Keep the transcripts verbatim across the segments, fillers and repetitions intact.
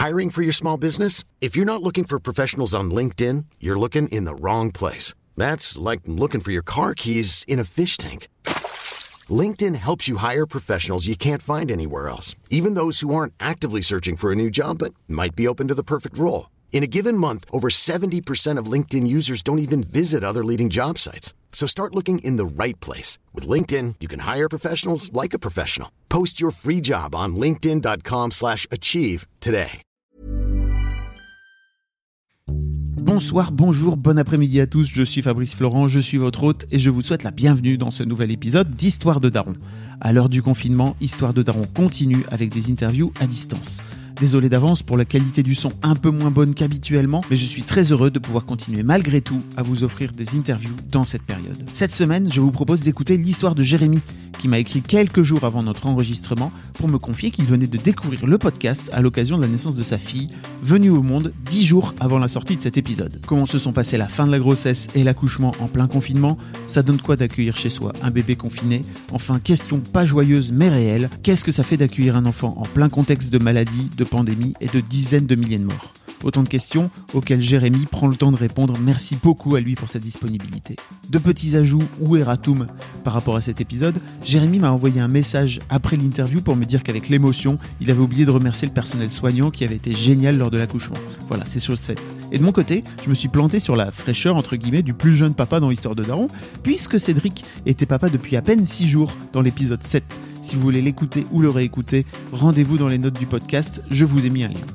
Hiring for your small business? If you're not looking for professionals on LinkedIn, you're looking in the wrong place. That's like looking for your car keys in a fish tank. LinkedIn helps you hire professionals you can't find anywhere else, even those who aren't actively searching for a new job but might be open to the perfect role. In a given month, over seventy percent of LinkedIn users don't even visit other leading job sites. So start looking in the right place. With LinkedIn, you can hire professionals like a professional. Post your free job on linkedin dot com slash achieve today. Bonsoir, bonjour, bon après-midi à tous, je suis Fabrice Florent, je suis votre hôte et je vous souhaite la bienvenue dans ce nouvel épisode d'Histoire de Daron. À l'heure du confinement, Histoire de Daron continue avec des interviews à distance. Désolé d'avance pour la qualité du son un peu moins bonne qu'habituellement, mais je suis très heureux de pouvoir continuer malgré tout à vous offrir des interviews dans cette période. Cette semaine, je vous propose d'écouter l'histoire de Jérémy, qui m'a écrit quelques jours avant notre enregistrement pour me confier qu'il venait de découvrir le podcast à l'occasion de la naissance de sa fille, venue au monde dix jours avant la sortie de cet épisode. Comment se sont passées la fin de la grossesse et l'accouchement en plein confinement? Ça donne quoi d'accueillir chez soi un bébé confiné? Enfin, question pas joyeuse mais réelle, qu'est-ce que ça fait d'accueillir un enfant en plein contexte de maladie, de pandémie et de dizaines de milliers de morts? Autant de questions auxquelles Jérémy prend le temps de répondre. Merci beaucoup à lui pour sa disponibilité. Deux petits ajouts ou erratum par rapport à cet épisode. Jérémy m'a envoyé un message après l'interview pour me dire qu'avec l'émotion, il avait oublié de remercier le personnel soignant qui avait été génial lors de l'accouchement. Voilà, c'est chose faite. Et de mon côté, je me suis planté sur la fraîcheur entre guillemets du plus jeune papa dans l'histoire de Daron, puisque Cédric était papa depuis à peine six jours dans l'épisode sept. Si vous voulez l'écouter ou le réécouter, rendez-vous dans les notes du podcast, je vous ai mis un lien.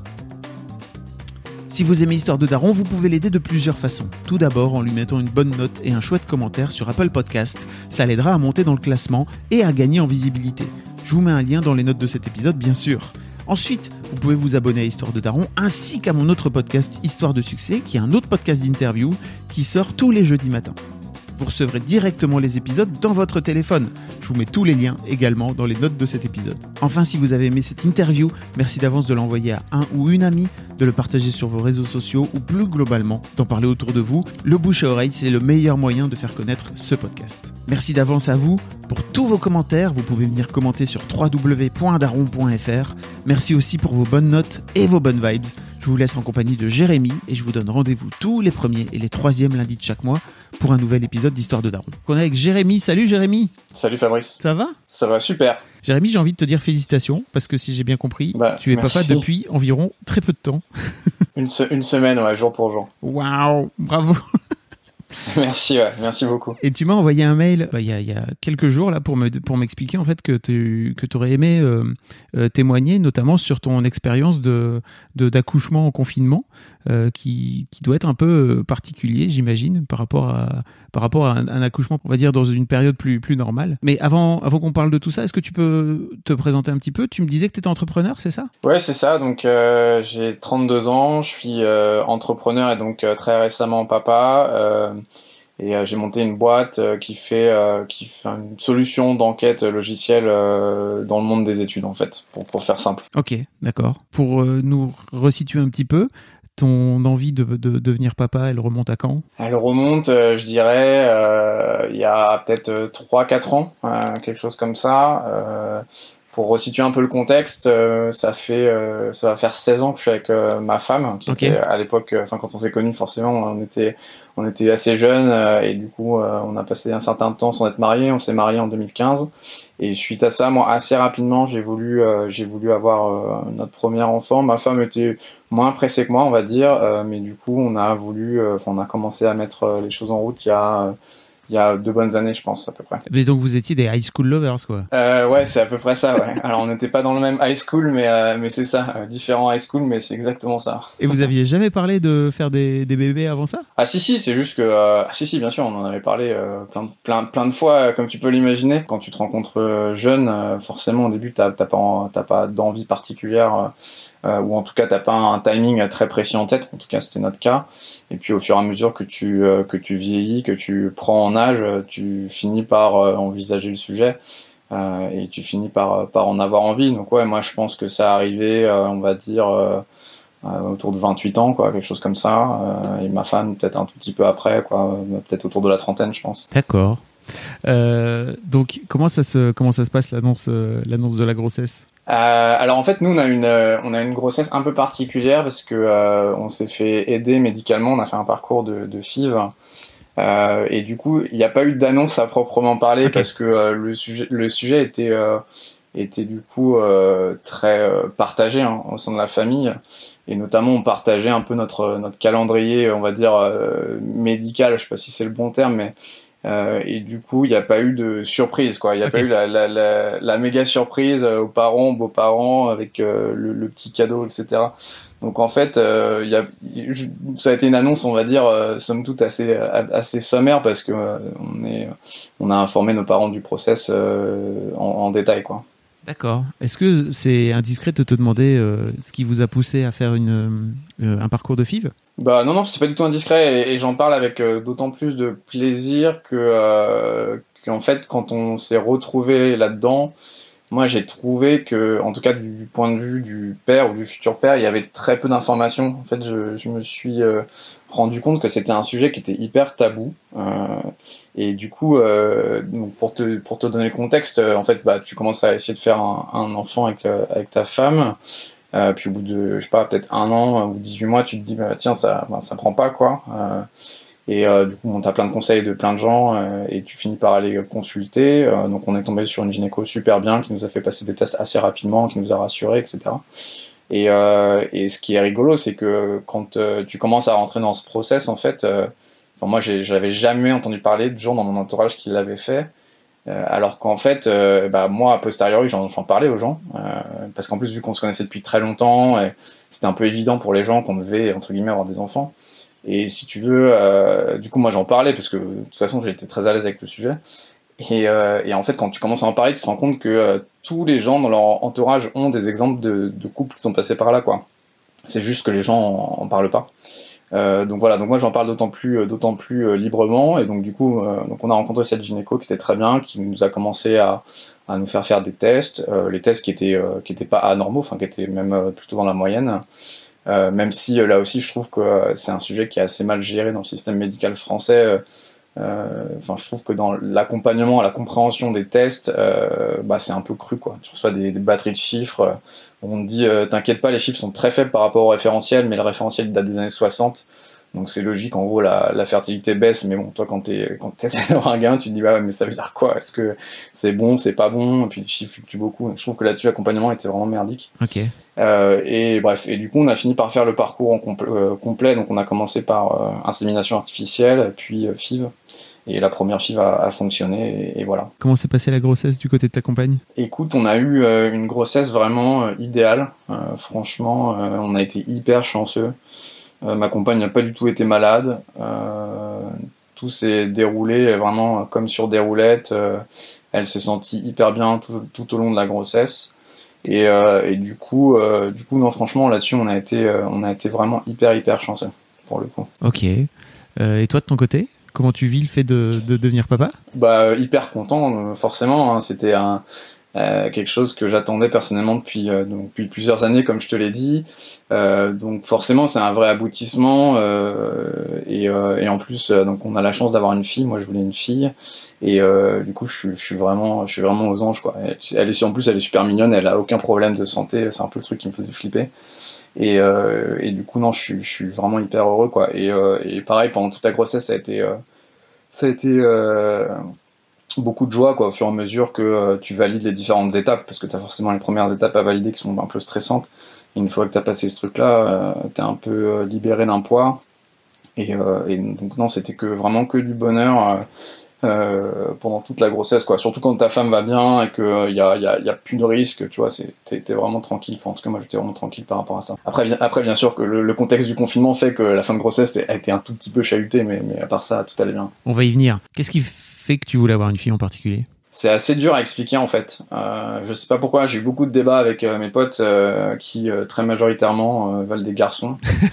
Si vous aimez Histoire de Daron, vous pouvez l'aider de plusieurs façons. Tout d'abord en lui mettant une bonne note et un chouette commentaire sur Apple Podcast. Ça l'aidera à monter dans le classement et à gagner en visibilité. Je vous mets un lien dans les notes de cet épisode, bien sûr. Ensuite, vous pouvez vous abonner à Histoire de Daron ainsi qu'à mon autre podcast Histoire de Succès, qui est un autre podcast d'interview qui sort tous les jeudis matins. Vous recevrez directement les épisodes dans votre téléphone. Je vous mets tous les liens également dans les notes de cet épisode. Enfin, si vous avez aimé cette interview, merci d'avance de l'envoyer à un ou une amie, de le partager sur vos réseaux sociaux ou plus globalement, d'en parler autour de vous. Le bouche à oreille, c'est le meilleur moyen de faire connaître ce podcast. Merci d'avance à vous pour tous vos commentaires. Vous pouvez venir commenter sur w w w point daron point f r. Merci aussi pour vos bonnes notes et vos bonnes vibes. Je vous laisse en compagnie de Jérémy et je vous donne rendez-vous tous les premiers et les troisièmes lundis de chaque mois pour un nouvel épisode d'Histoire de Daron. On est avec Jérémy. Salut Jérémy. Salut Fabrice. Ça va? Ça va super. Jérémy, j'ai envie de te dire félicitations parce que si j'ai bien compris, bah, tu es merci. papa depuis environ très peu de temps. une, se- une semaine, ouais, jour pour jour. Waouh, bravo. Merci, ouais, merci beaucoup. Et tu m'as envoyé un mail bah, il y a, il y a quelques jours là pour me pour m'expliquer en fait que tu que tu aurais aimé euh, euh, témoigner notamment sur ton expérience de, de d'accouchement en confinement euh, qui qui doit être un peu particulier, j'imagine, par rapport à par rapport à un, un accouchement, on va dire dans une période plus plus normale. Mais avant avant qu'on parle de tout ça, est-ce que tu peux te présenter un petit peu? Tu me disais que tu étais entrepreneur, c'est ça? Ouais, c'est ça. Donc euh, j'ai trente-deux ans, je suis euh, entrepreneur et donc euh, très récemment papa. Euh, Et euh, j'ai monté une boîte euh, qui fait euh, qui fait une solution d'enquête logicielle euh, dans le monde des études en fait, pour pour faire simple. Ok, d'accord. Pour euh, nous resituer un petit peu, ton envie de, de devenir papa, elle remonte à quand? Elle remonte, euh, je dirais, euh, il y a peut-être trois quatre ans, euh, quelque chose comme ça. Euh, Pour resituer un peu le contexte, euh, ça fait, euh, ça va faire seize ans que je suis avec euh, ma femme, qui okay. était à l'époque, enfin euh, quand on s'est connus, forcément, on était, on était assez jeunes euh, et du coup, euh, on a passé un certain temps sans être mariés. On s'est mariés en deux mille quinze et suite à ça, moi, assez rapidement, j'ai voulu, euh, j'ai voulu avoir euh, notre premier enfant. Ma femme était moins pressée que moi, on va dire, euh, mais du coup, on a voulu, enfin, euh, on a commencé à mettre euh, les choses en route il y a. Euh, Il y a deux bonnes années, je pense, à peu près. Mais donc vous étiez des high school lovers, quoi. Euh, ouais, c'est à peu près ça, ouais. Alors on n'était pas dans le même high school, mais euh, mais c'est ça, euh, différents high school, mais c'est exactement ça. Et vous aviez jamais parlé de faire des, des bébés avant ça? Ah si si, c'est juste que euh, ah, si si, bien sûr, on en avait parlé euh, plein plein plein de fois, euh, comme tu peux l'imaginer. Quand tu te rencontres euh, jeune, euh, forcément au début t'as t'as pas t'as pas d'envie particulière. Euh, Euh, ou en tout cas t'as pas un timing très précis en tête, en tout cas c'était notre cas, et puis au fur et à mesure que tu euh, que tu vieillis, que tu prends en âge, tu finis par euh, envisager le sujet euh, et tu finis par par en avoir envie. Donc ouais, moi je pense que ça arrivait euh, on va dire euh, euh, autour de vingt-huit ans, quoi, quelque chose comme ça, euh, et ma femme peut-être un tout petit peu après, quoi, peut-être autour de la trentaine, je pense. D'accord. Euh, donc, comment ça se, comment ça se passe l'annonce, euh, l'annonce de la grossesse? Euh, alors en fait, nous on a une euh, on a une grossesse un peu particulière parce que euh, on s'est fait aider médicalement. On a fait un parcours de, de F I V euh, et du coup, il n'y a pas eu d'annonce à proprement parler okay. parce que euh, le sujet le sujet était euh, était du coup euh, très euh, partagé hein, au sein de la famille. Et notamment, on partageait un peu notre notre calendrier, on va dire euh, médical. Je sais pas si c'est le bon terme, mais Euh, et du coup, il n'y a pas eu de surprise, quoi. Il n'y a okay. pas eu la, la, la, la méga surprise euh, aux parents, aux beaux-parents, avec euh, le, le petit cadeau, et cetera. Donc en fait, euh, y a, y, ça a été une annonce, on va dire, euh, somme toute assez assez sommaire parce que euh, on est, on a informé nos parents du process euh, en, en détail, quoi. D'accord. Est-ce que c'est indiscret de te demander euh, ce qui vous a poussé à faire une, euh, un parcours de F I V ? Bah non non, c'est pas du tout indiscret et, et j'en parle avec euh, d'autant plus de plaisir que euh, qu'en fait quand on s'est retrouvé là-dedans, moi j'ai trouvé que en tout cas du point de vue du père ou du futur père, il y avait très peu d'informations. En fait, je, je me suis euh, rendu compte que c'était un sujet qui était hyper tabou euh, et du coup euh, donc pour te pour te donner le contexte, en fait bah tu commences à essayer de faire un, un enfant avec euh, avec ta femme. Euh, puis au bout de, je sais pas, peut-être un an ou dix-huit mois, tu te dis, bah, tiens, ça, bah, ça prend pas, quoi. Euh, et euh, du coup, on t'as plein de conseils de plein de gens euh, et tu finis par aller consulter. Euh, donc, on est tombé sur une gynéco super bien qui nous a fait passer des tests assez rapidement, qui nous a rassurés, et cetera. Et, euh, et ce qui est rigolo, c'est que quand euh, tu commences à rentrer dans ce process, en fait, euh, enfin, moi, j'ai, j'avais jamais entendu parler de gens dans mon entourage qui l'avaient fait. Euh, alors qu'en fait, euh, bah, moi, a posteriori, j'en, j'en parlais aux gens, euh, parce qu'en plus, vu qu'on se connaissait depuis très longtemps, et c'était un peu évident pour les gens qu'on devait, entre guillemets, avoir des enfants. Et si tu veux, euh, du coup, moi, j'en parlais, parce que de toute façon, j'étais très à l'aise avec le sujet. Et, euh, et en fait, quand tu commences à en parler, tu te rends compte que euh, tous les gens dans leur entourage ont des exemples de, de couples qui sont passés par là, quoi. C'est juste que les gens en, en parlent pas. Euh, donc voilà, donc moi j'en parle d'autant plus, d'autant plus euh, librement et donc du coup, euh, donc on a rencontré cette gynéco qui était très bien, qui nous a commencé à, à nous faire faire des tests, euh, les tests qui étaient, euh, qui étaient pas anormaux, enfin qui étaient même euh, plutôt dans la moyenne. Euh, même si euh, là aussi je trouve que euh, c'est un sujet qui est assez mal géré dans le système médical français. Euh, Enfin, je trouve que dans l'accompagnement, la compréhension des tests, euh, bah c'est un peu cru, quoi. Tu reçois des, des batteries de chiffres. Euh, on te dit, euh, t'inquiète pas, les chiffres sont très faibles par rapport au référentiel, mais le référentiel date des années soixante. Donc c'est logique, en gros, la, la fertilité baisse, mais bon, toi, quand t'es, quand t'essaies d'avoir un gain, tu te dis, bah ouais, mais ça veut dire quoi? Est-ce que c'est bon, c'est pas bon? Et puis les chiffres fluctuent beaucoup. Je trouve que là-dessus, l'accompagnement était vraiment merdique. Ok. Euh, et bref, et du coup, on a fini par faire le parcours en compl- euh, complet. Donc on a commencé par euh, insémination artificielle, puis euh, F I V. Et la première F I V a, a fonctionné, et, et voilà. Comment s'est passée la grossesse du côté de ta compagne ? Écoute, on a eu euh, une grossesse vraiment euh, idéale. Euh, franchement, euh, on a été hyper chanceux. Euh, ma compagne n'a pas du tout été malade. Euh, tout s'est déroulé vraiment comme sur des roulettes. Euh, elle s'est sentie hyper bien tout, tout au long de la grossesse. Et, euh, et du coup, euh, du coup, non, franchement, là-dessus, on a été, euh, on a été vraiment hyper, hyper chanceux pour le coup. Ok. Euh, et toi, de ton côté ? Comment tu vis le fait de, de devenir papa ? Bah hyper content, forcément. Hein. C'était un, euh, quelque chose que j'attendais personnellement depuis, euh, donc, depuis plusieurs années, comme je te l'ai dit. Euh, donc forcément, c'est un vrai aboutissement. Euh, et, euh, et en plus, euh, donc on a la chance d'avoir une fille. Moi, je voulais une fille. Et euh, du coup, je, je suis vraiment, je suis vraiment aux anges, quoi. Elle, elle est en plus, elle est super mignonne. Elle a aucun problème de santé. C'est un peu le truc qui me faisait flipper. Et, euh, et du coup, non, je suis, je suis vraiment hyper heureux, quoi. Et, euh, et pareil, pendant toute la grossesse, ça a été, euh, ça a été euh, beaucoup de joie, quoi, au fur et à mesure que euh, tu valides les différentes étapes, parce que tu as forcément les premières étapes à valider qui sont un peu stressantes. Et une fois que tu as passé ce truc-là, euh, tu es un peu euh, libéré d'un poids. Et, euh, et donc, non, c'était que, vraiment que du bonheur. Euh, Euh, pendant toute la grossesse, quoi. Surtout quand ta femme va bien et qu'il euh, y, a, y, a, y a plus de risque, tu vois, c'est, t'es, t'es vraiment tranquille. Enfin, en tout cas, moi, j'étais vraiment tranquille par rapport à ça. Après, bien, après, bien sûr que le, le contexte du confinement fait que la fin de grossesse a été un tout petit peu chahutée, mais, mais à part ça, tout allait bien. On va y venir. Qu'est-ce qui fait que tu voulais avoir une fille en particulier ? C'est assez dur à expliquer, en fait. Euh, je sais pas pourquoi, j'ai eu beaucoup de débats avec euh, mes potes euh, qui, euh, très majoritairement, euh, veulent des garçons.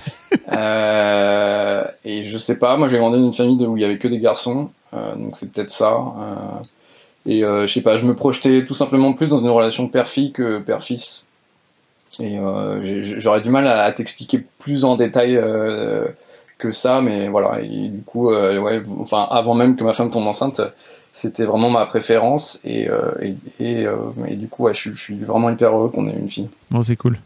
euh, et je sais pas, moi, j'ai grandi dans une famille où il y avait que des garçons. Euh, donc c'est peut-être ça. Euh, et euh, je sais pas, je me projetais tout simplement plus dans une relation père-fille que père-fils. Et euh, j'aurais du mal à, à t'expliquer plus en détail euh, que ça, mais voilà. Et du coup, euh, ouais, enfin, avant même que ma femme tombe enceinte, c'était vraiment ma préférence et, euh, et, et, euh, et du coup ouais, je, je suis vraiment hyper heureux qu'on ait une fille. Bon, c'est cool.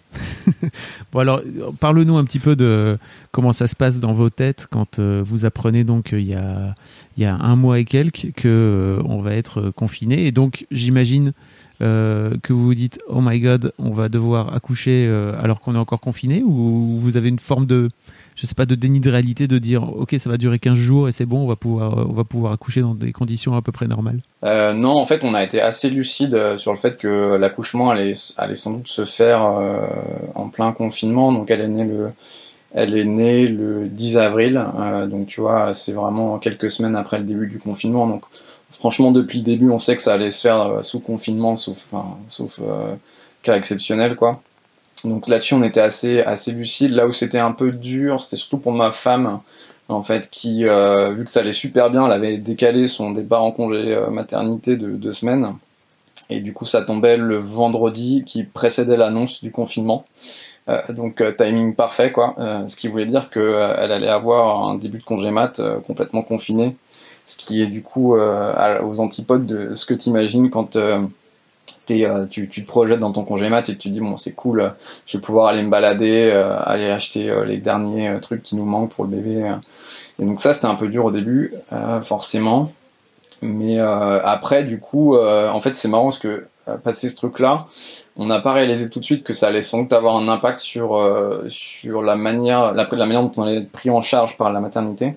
Bon alors, parle-nous un petit peu de comment ça se passe dans vos têtes quand euh, vous apprenez donc il y a il y a un mois et quelques que euh, on va être confiné et donc j'imagine euh, que vous vous dites oh my god on va devoir accoucher euh, alors qu'on est encore confiné ou vous avez une forme de je sais pas de déni de réalité de dire ok ça va durer quinze jours et c'est bon on va pouvoir on va pouvoir accoucher dans des conditions à peu près normales. Euh, non, en fait, on a été assez lucide sur le fait que l'accouchement allait, allait sans doute se faire euh, en plein confinement. Donc, elle est née le, elle est née le dix avril. Euh, donc, tu vois, c'est vraiment quelques semaines après le début du confinement. Donc, franchement, depuis le début, on sait que ça allait se faire sous confinement, sauf, enfin, sauf euh, cas exceptionnel, quoi. Donc là-dessus, on était assez, assez lucide. Là où c'était un peu dur, c'était surtout pour ma femme, en fait, qui, euh, vu que ça allait super bien, elle avait décalé son départ en congé euh, maternité de deux semaines. Et du coup, ça tombait le vendredi qui précédait l'annonce du confinement. Euh, donc, euh, timing parfait, quoi. Euh, ce qui voulait dire qu'elle euh, allait avoir un début de congé mat euh, complètement confiné. Ce qui est du coup euh, aux antipodes de ce que tu imagines quand... Euh, T'es, euh, tu, tu te projettes dans ton congé mat et tu te dis bon c'est cool, euh, je vais pouvoir aller me balader, euh, aller acheter euh, les derniers euh, trucs qui nous manquent pour le bébé. Euh. Et donc ça c'était un peu dur au début, euh, forcément. Mais euh, après du coup, euh, en fait c'est marrant parce que euh, passé ce truc-là, on n'a pas réalisé tout de suite que ça allait sans doute avoir un impact sur euh, sur la manière, la, la manière dont on allait être pris en charge par la maternité.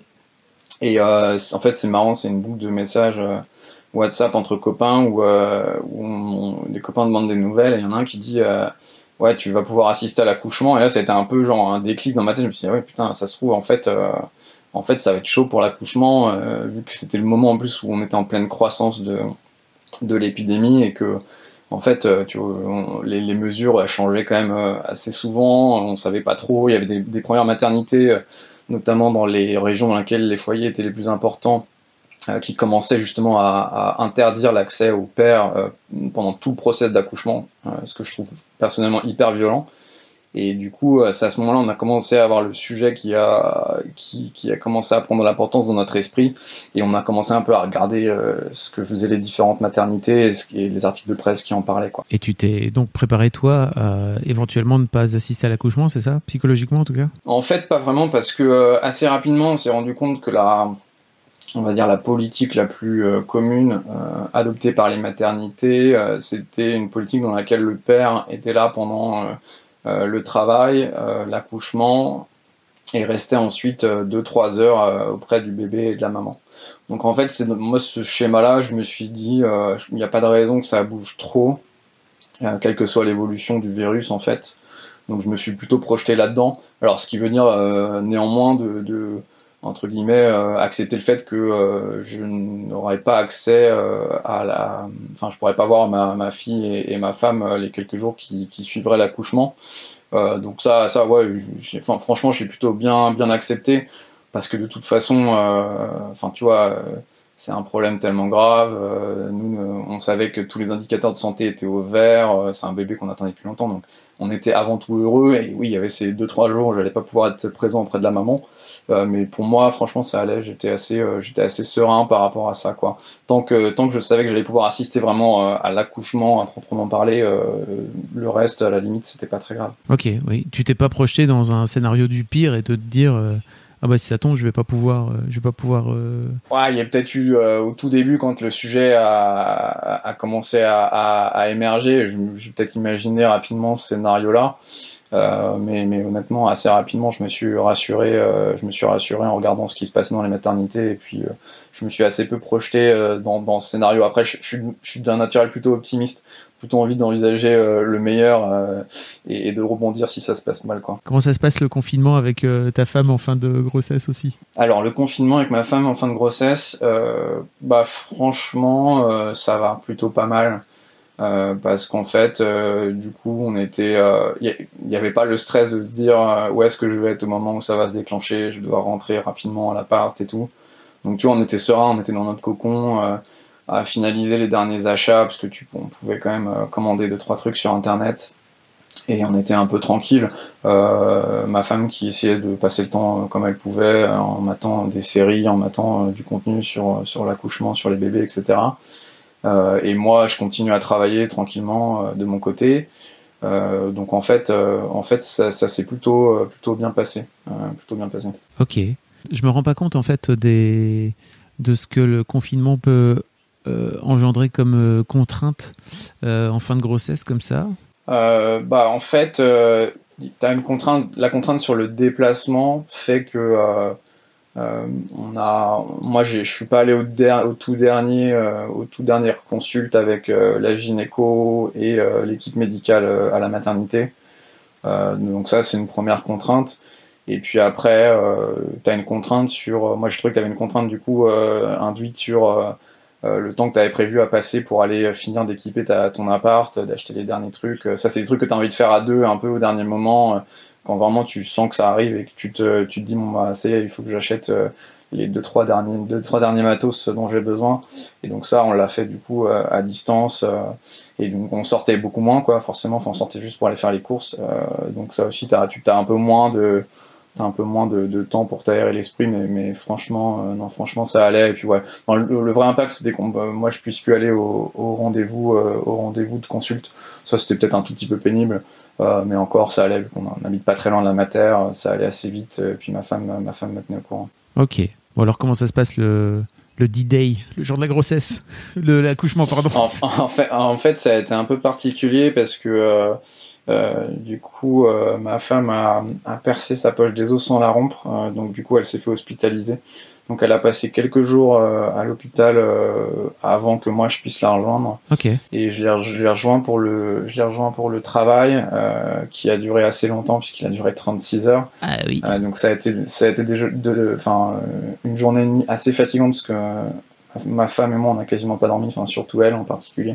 Et euh, en fait c'est marrant, c'est une boucle de messages. Euh, WhatsApp entre copains où, euh, où on, des copains demandent des nouvelles et il y en a un qui dit euh, ouais tu vas pouvoir assister à l'accouchement et là c'était un peu genre un déclic dans ma tête. Je me suis dit ouais putain ça se trouve en fait euh, en fait ça va être chaud pour l'accouchement euh, vu que c'était le moment en plus où on était en pleine croissance de de l'épidémie et que en fait euh, tu vois, on, les, les mesures elles changeaient quand même euh, assez souvent, on savait pas trop, il y avait des, des premières maternités euh, notamment dans les régions dans lesquelles les foyers étaient les plus importants Euh, qui commençait justement à, à interdire l'accès aux pères euh, pendant tout le process d'accouchement, euh, ce que je trouve personnellement hyper violent. Et du coup, euh, c'est à ce moment-là on a commencé à avoir le sujet qui a, qui, qui a commencé à prendre l'importance dans notre esprit, et on a commencé un peu à regarder euh, ce que faisaient les différentes maternités et, ce, et les articles de presse qui en parlaient, quoi. Et tu t'es donc préparé toi à éventuellement ne pas assister à l'accouchement, c'est ça, psychologiquement en tout cas? En fait, pas vraiment, parce que euh, assez rapidement on s'est rendu compte que la on va dire la politique la plus euh, commune euh, adoptée par les maternités, euh, c'était une politique dans laquelle le père était là pendant euh, euh, le travail, euh, l'accouchement, et restait ensuite deux trois heures euh, auprès du bébé et de la maman. Donc en fait, c'est moi ce schéma-là, je me suis dit, il euh, n'y a pas de raison que ça bouge trop, euh, quelle que soit l'évolution du virus en fait. Donc je me suis plutôt projeté là-dedans. Alors ce qui veut dire euh, néanmoins de, de entre guillemets, euh, accepter le fait que euh, je n'aurais pas accès euh, à la... Enfin, je pourrais pas voir ma, ma fille et, et ma femme euh, les quelques jours qui, qui suivraient l'accouchement. Euh, donc ça, ça ouais, j'ai, enfin, franchement, j'ai plutôt bien, bien accepté, parce que de toute façon, enfin, euh, tu vois, euh, c'est un problème tellement grave. Euh, nous, on savait que tous les indicateurs de santé étaient au vert. Euh, c'est un bébé qu'on attendait depuis longtemps, donc on était avant tout heureux. Et oui, il y avait ces deux trois jours où j'allais pas pouvoir être présent auprès de la maman. Euh, mais pour moi, franchement, ça allait. J'étais assez, euh, j'étais assez serein par rapport à ça, quoi. Tant que, tant que je savais que j'allais pouvoir assister vraiment euh, à l'accouchement, à proprement parler, euh, le reste, à la limite, c'était pas très grave. Ok, oui. Tu t'es pas projeté dans un scénario du pire et de te dire, euh, ah bah si ça tombe, je vais pas pouvoir, euh, je vais pas pouvoir. Euh... Ouais, il y a peut-être eu euh, au tout début quand le sujet a, a commencé à, à, à émerger, je, j'ai peut-être imaginé rapidement ce scénario-là. Euh, mais, mais honnêtement, assez rapidement, je me suis rassuré, euh, je me suis rassuré en regardant ce qui se passait dans les maternités, et puis euh, je me suis assez peu projeté euh, dans, dans ce scénario. Après, je, je, je suis d'un naturel plutôt optimiste, plutôt envie d'envisager euh, le meilleur euh, et, et de rebondir si ça se passe mal, quoi. Comment ça se passe le confinement avec euh, ta femme en fin de grossesse aussi? Alors le confinement avec ma femme en fin de grossesse, euh, bah franchement, euh, ça va plutôt pas mal. Euh, parce qu'en fait, euh, du coup, on était, il euh, n'y avait pas le stress de se dire euh, où est-ce que je vais être au moment où ça va se déclencher, je dois rentrer rapidement à l'appart et tout. Donc tu vois, on était serein, on était dans notre cocon euh, à finaliser les derniers achats, parce que tu, on pouvait quand même euh, commander deux trois trucs sur internet. et on était un peu tranquille. Euh, ma femme qui essayait de passer le temps comme elle pouvait, en matant des séries, en matant du contenu sur, sur l'accouchement, sur les bébés, et cetera. Euh, et moi, je continue à travailler tranquillement euh, de mon côté. Euh, donc en fait, euh, en fait, ça, ça s'est plutôt, euh, plutôt bien passé, euh, plutôt bien passé. Ok. Je me rends pas compte en fait des de ce que le confinement peut euh, engendrer comme euh, contrainte euh, en fin de grossesse comme ça. Euh, bah en fait, euh, t'as une contrainte, la contrainte sur le déplacement fait que euh, euh, on a, moi je suis pas allé au, der, au tout dernier, euh, au tout dernier consulte avec euh, la gynéco et euh, l'équipe médicale euh, à la maternité. Euh, donc ça c'est une première contrainte. Et puis après, euh, t'as une contrainte sur, moi je trouvais que t'avais une contrainte du coup euh, induite sur euh, euh, le temps que t'avais prévu à passer pour aller finir d'équiper ta, ton appart, d'acheter les derniers trucs. Ça c'est des trucs que t'as envie de faire à deux un peu au dernier moment, euh, quand vraiment tu sens que ça arrive et que tu te, tu te dis bon bah c'est, il faut que j'achète euh, les deux trois derniers, deux trois derniers matos dont j'ai besoin. Et donc ça on l'a fait du coup euh, à distance. Euh, et donc on sortait beaucoup moins quoi, forcément, enfin, on sortait juste pour aller faire les courses. Euh, donc ça aussi t'as, tu t'as un peu moins de t'as un peu moins de, de temps pour t'aérer l'esprit, mais, mais franchement, euh, non, franchement, ça allait. Et puis ouais, non, le, le vrai impact, c'était qu'on, euh, moi, je puisse plus aller au, au rendez-vous, euh, au rendez-vous de consulte. Ça, c'était peut-être un tout petit peu pénible, euh, mais encore, ça allait. Vu qu'on n'habite pas très loin de la mater, ça allait assez vite. Et puis ma femme, ma femme me tenait au courant. Ok. Bon alors, comment ça se passe le le D-Day, le jour de la grossesse, le l'accouchement, pardon. En, en fait, en fait, ça a été un peu particulier parce que. Euh, Euh, du coup, euh, ma femme a, a percé sa poche des os sans la rompre, euh, donc du coup, elle s'est fait hospitaliser. Donc, elle a passé quelques jours euh, à l'hôpital euh, avant que moi je puisse la rejoindre. Ok. Et je l'ai, je l'ai rejoint pour le, je l'ai rejoint pour le travail, euh, qui a duré assez longtemps puisqu'il a duré trente-six heures. Ah oui. Euh, donc ça a été, ça a été des, de, enfin, une journée assez fatigante parce que ma femme et moi on n'a quasiment pas dormi, enfin surtout elle en particulier.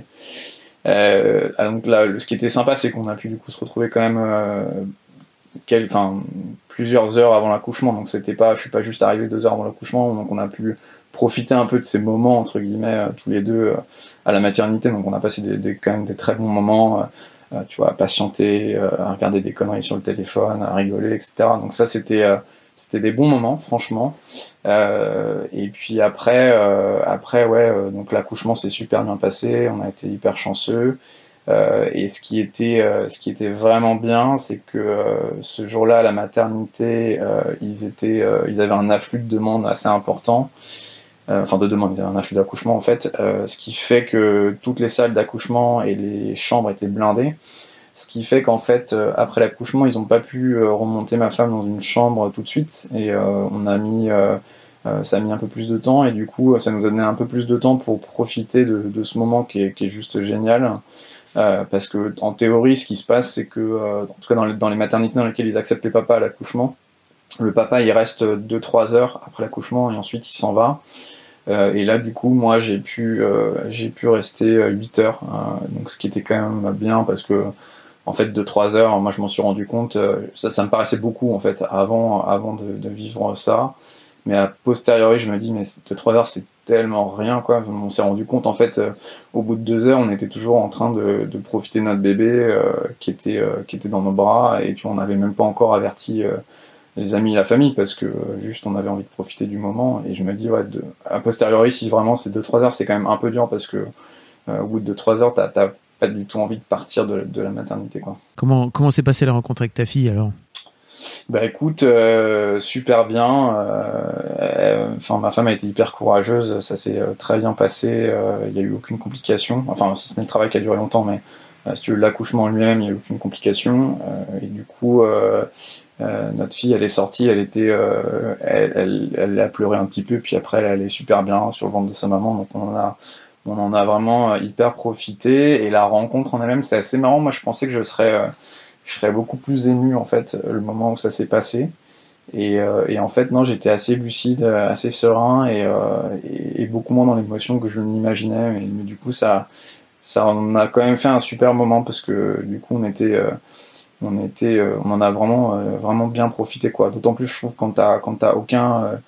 Euh, donc là, ce qui était sympa, c'est qu'on a pu du coup se retrouver quand même euh, quel, enfin, plusieurs heures avant l'accouchement. Donc c'était pas, je suis pas juste arrivé deux heures avant l'accouchement, donc on a pu profiter un peu de ces moments entre guillemets euh, tous les deux euh, à la maternité. Donc on a passé des, des, quand même des très bons moments, euh, tu vois, à patienter, euh, à regarder des conneries sur le téléphone, à rigoler, et cetera. Donc ça c'était euh, c'était des bons moments, franchement. Euh, et puis après, euh, après ouais, euh, donc l'accouchement s'est super bien passé, on a été hyper chanceux. Euh, et ce qui était, euh, ce qui était vraiment bien, c'est que euh, ce jour-là, à la maternité, euh, ils étaient, euh, ils avaient un afflux de demandes assez important. Euh, enfin, de demandes, il y avait un afflux d'accouchement en fait, euh, ce qui fait que toutes les salles d'accouchement et les chambres étaient blindées. Ce qui fait qu'en fait, euh, après l'accouchement, ils n'ont pas pu euh, remonter ma femme dans une chambre tout de suite. Et euh, on a mis, euh, euh, ça a mis un peu plus de temps. Et du coup, ça nous a donné un peu plus de temps pour profiter de, de ce moment qui est, qui est juste génial. Euh, parce que en théorie, ce qui se passe, c'est que, euh, en tout cas dans les, dans les maternités dans lesquelles ils acceptent les papas à l'accouchement, le papa il reste deux trois heures après l'accouchement et ensuite il s'en va. Euh, et là, du coup, moi, j'ai pu, euh, j'ai pu rester huit heures. Euh, donc, ce qui était quand même bien parce que en fait, deux trois heures, moi je m'en suis rendu compte, euh, ça, ça me paraissait beaucoup en fait avant, avant de, de vivre ça. Mais a posteriori, je me dis, mais deux trois heures, c'est tellement rien quoi. On s'est rendu compte en fait, euh, au bout de deux heures, on était toujours en train de, de profiter de notre bébé euh, qui, était, euh, qui était dans nos bras et tu vois, on n'avait même pas encore averti euh, les amis et la famille parce que euh, juste on avait envie de profiter du moment. Et je me dis, ouais, de, a posteriori, si vraiment c'est deux trois heures, c'est quand même un peu dur parce que euh, au bout de deux trois heures, t'as, t'as pas du tout envie de partir de, de la maternité quoi. Comment comment s'est passée la rencontre avec ta fille alors? Bah écoute, euh, super bien. Euh, enfin, ma femme a été hyper courageuse, ça s'est euh, très bien passé. Il euh, n'y a eu aucune complication. Enfin, si ce n'est le travail qui a duré longtemps, mais euh, si tu veux, l'accouchement en lui-même, il n'y a eu aucune complication. Euh, et du coup, euh, euh, notre fille, elle est sortie, elle était, euh, elle, elle, elle a pleuré un petit peu, puis après, elle allait super bien sur le ventre de sa maman. Donc on en a, on en a vraiment hyper profité. Et la rencontre en elle-même, c'est assez marrant. Moi, je pensais que je serais euh, je serais beaucoup plus ému en fait le moment où ça s'est passé et, euh, et en fait non, j'étais assez lucide, assez serein et, euh, et, et beaucoup moins dans l'émotion que je l'imaginais, mais, mais du coup ça ça on a quand même fait un super moment parce que du coup on était euh, on était euh, on en a vraiment euh, vraiment bien profité quoi, d'autant plus je trouve quand t'as quand t'as aucun euh,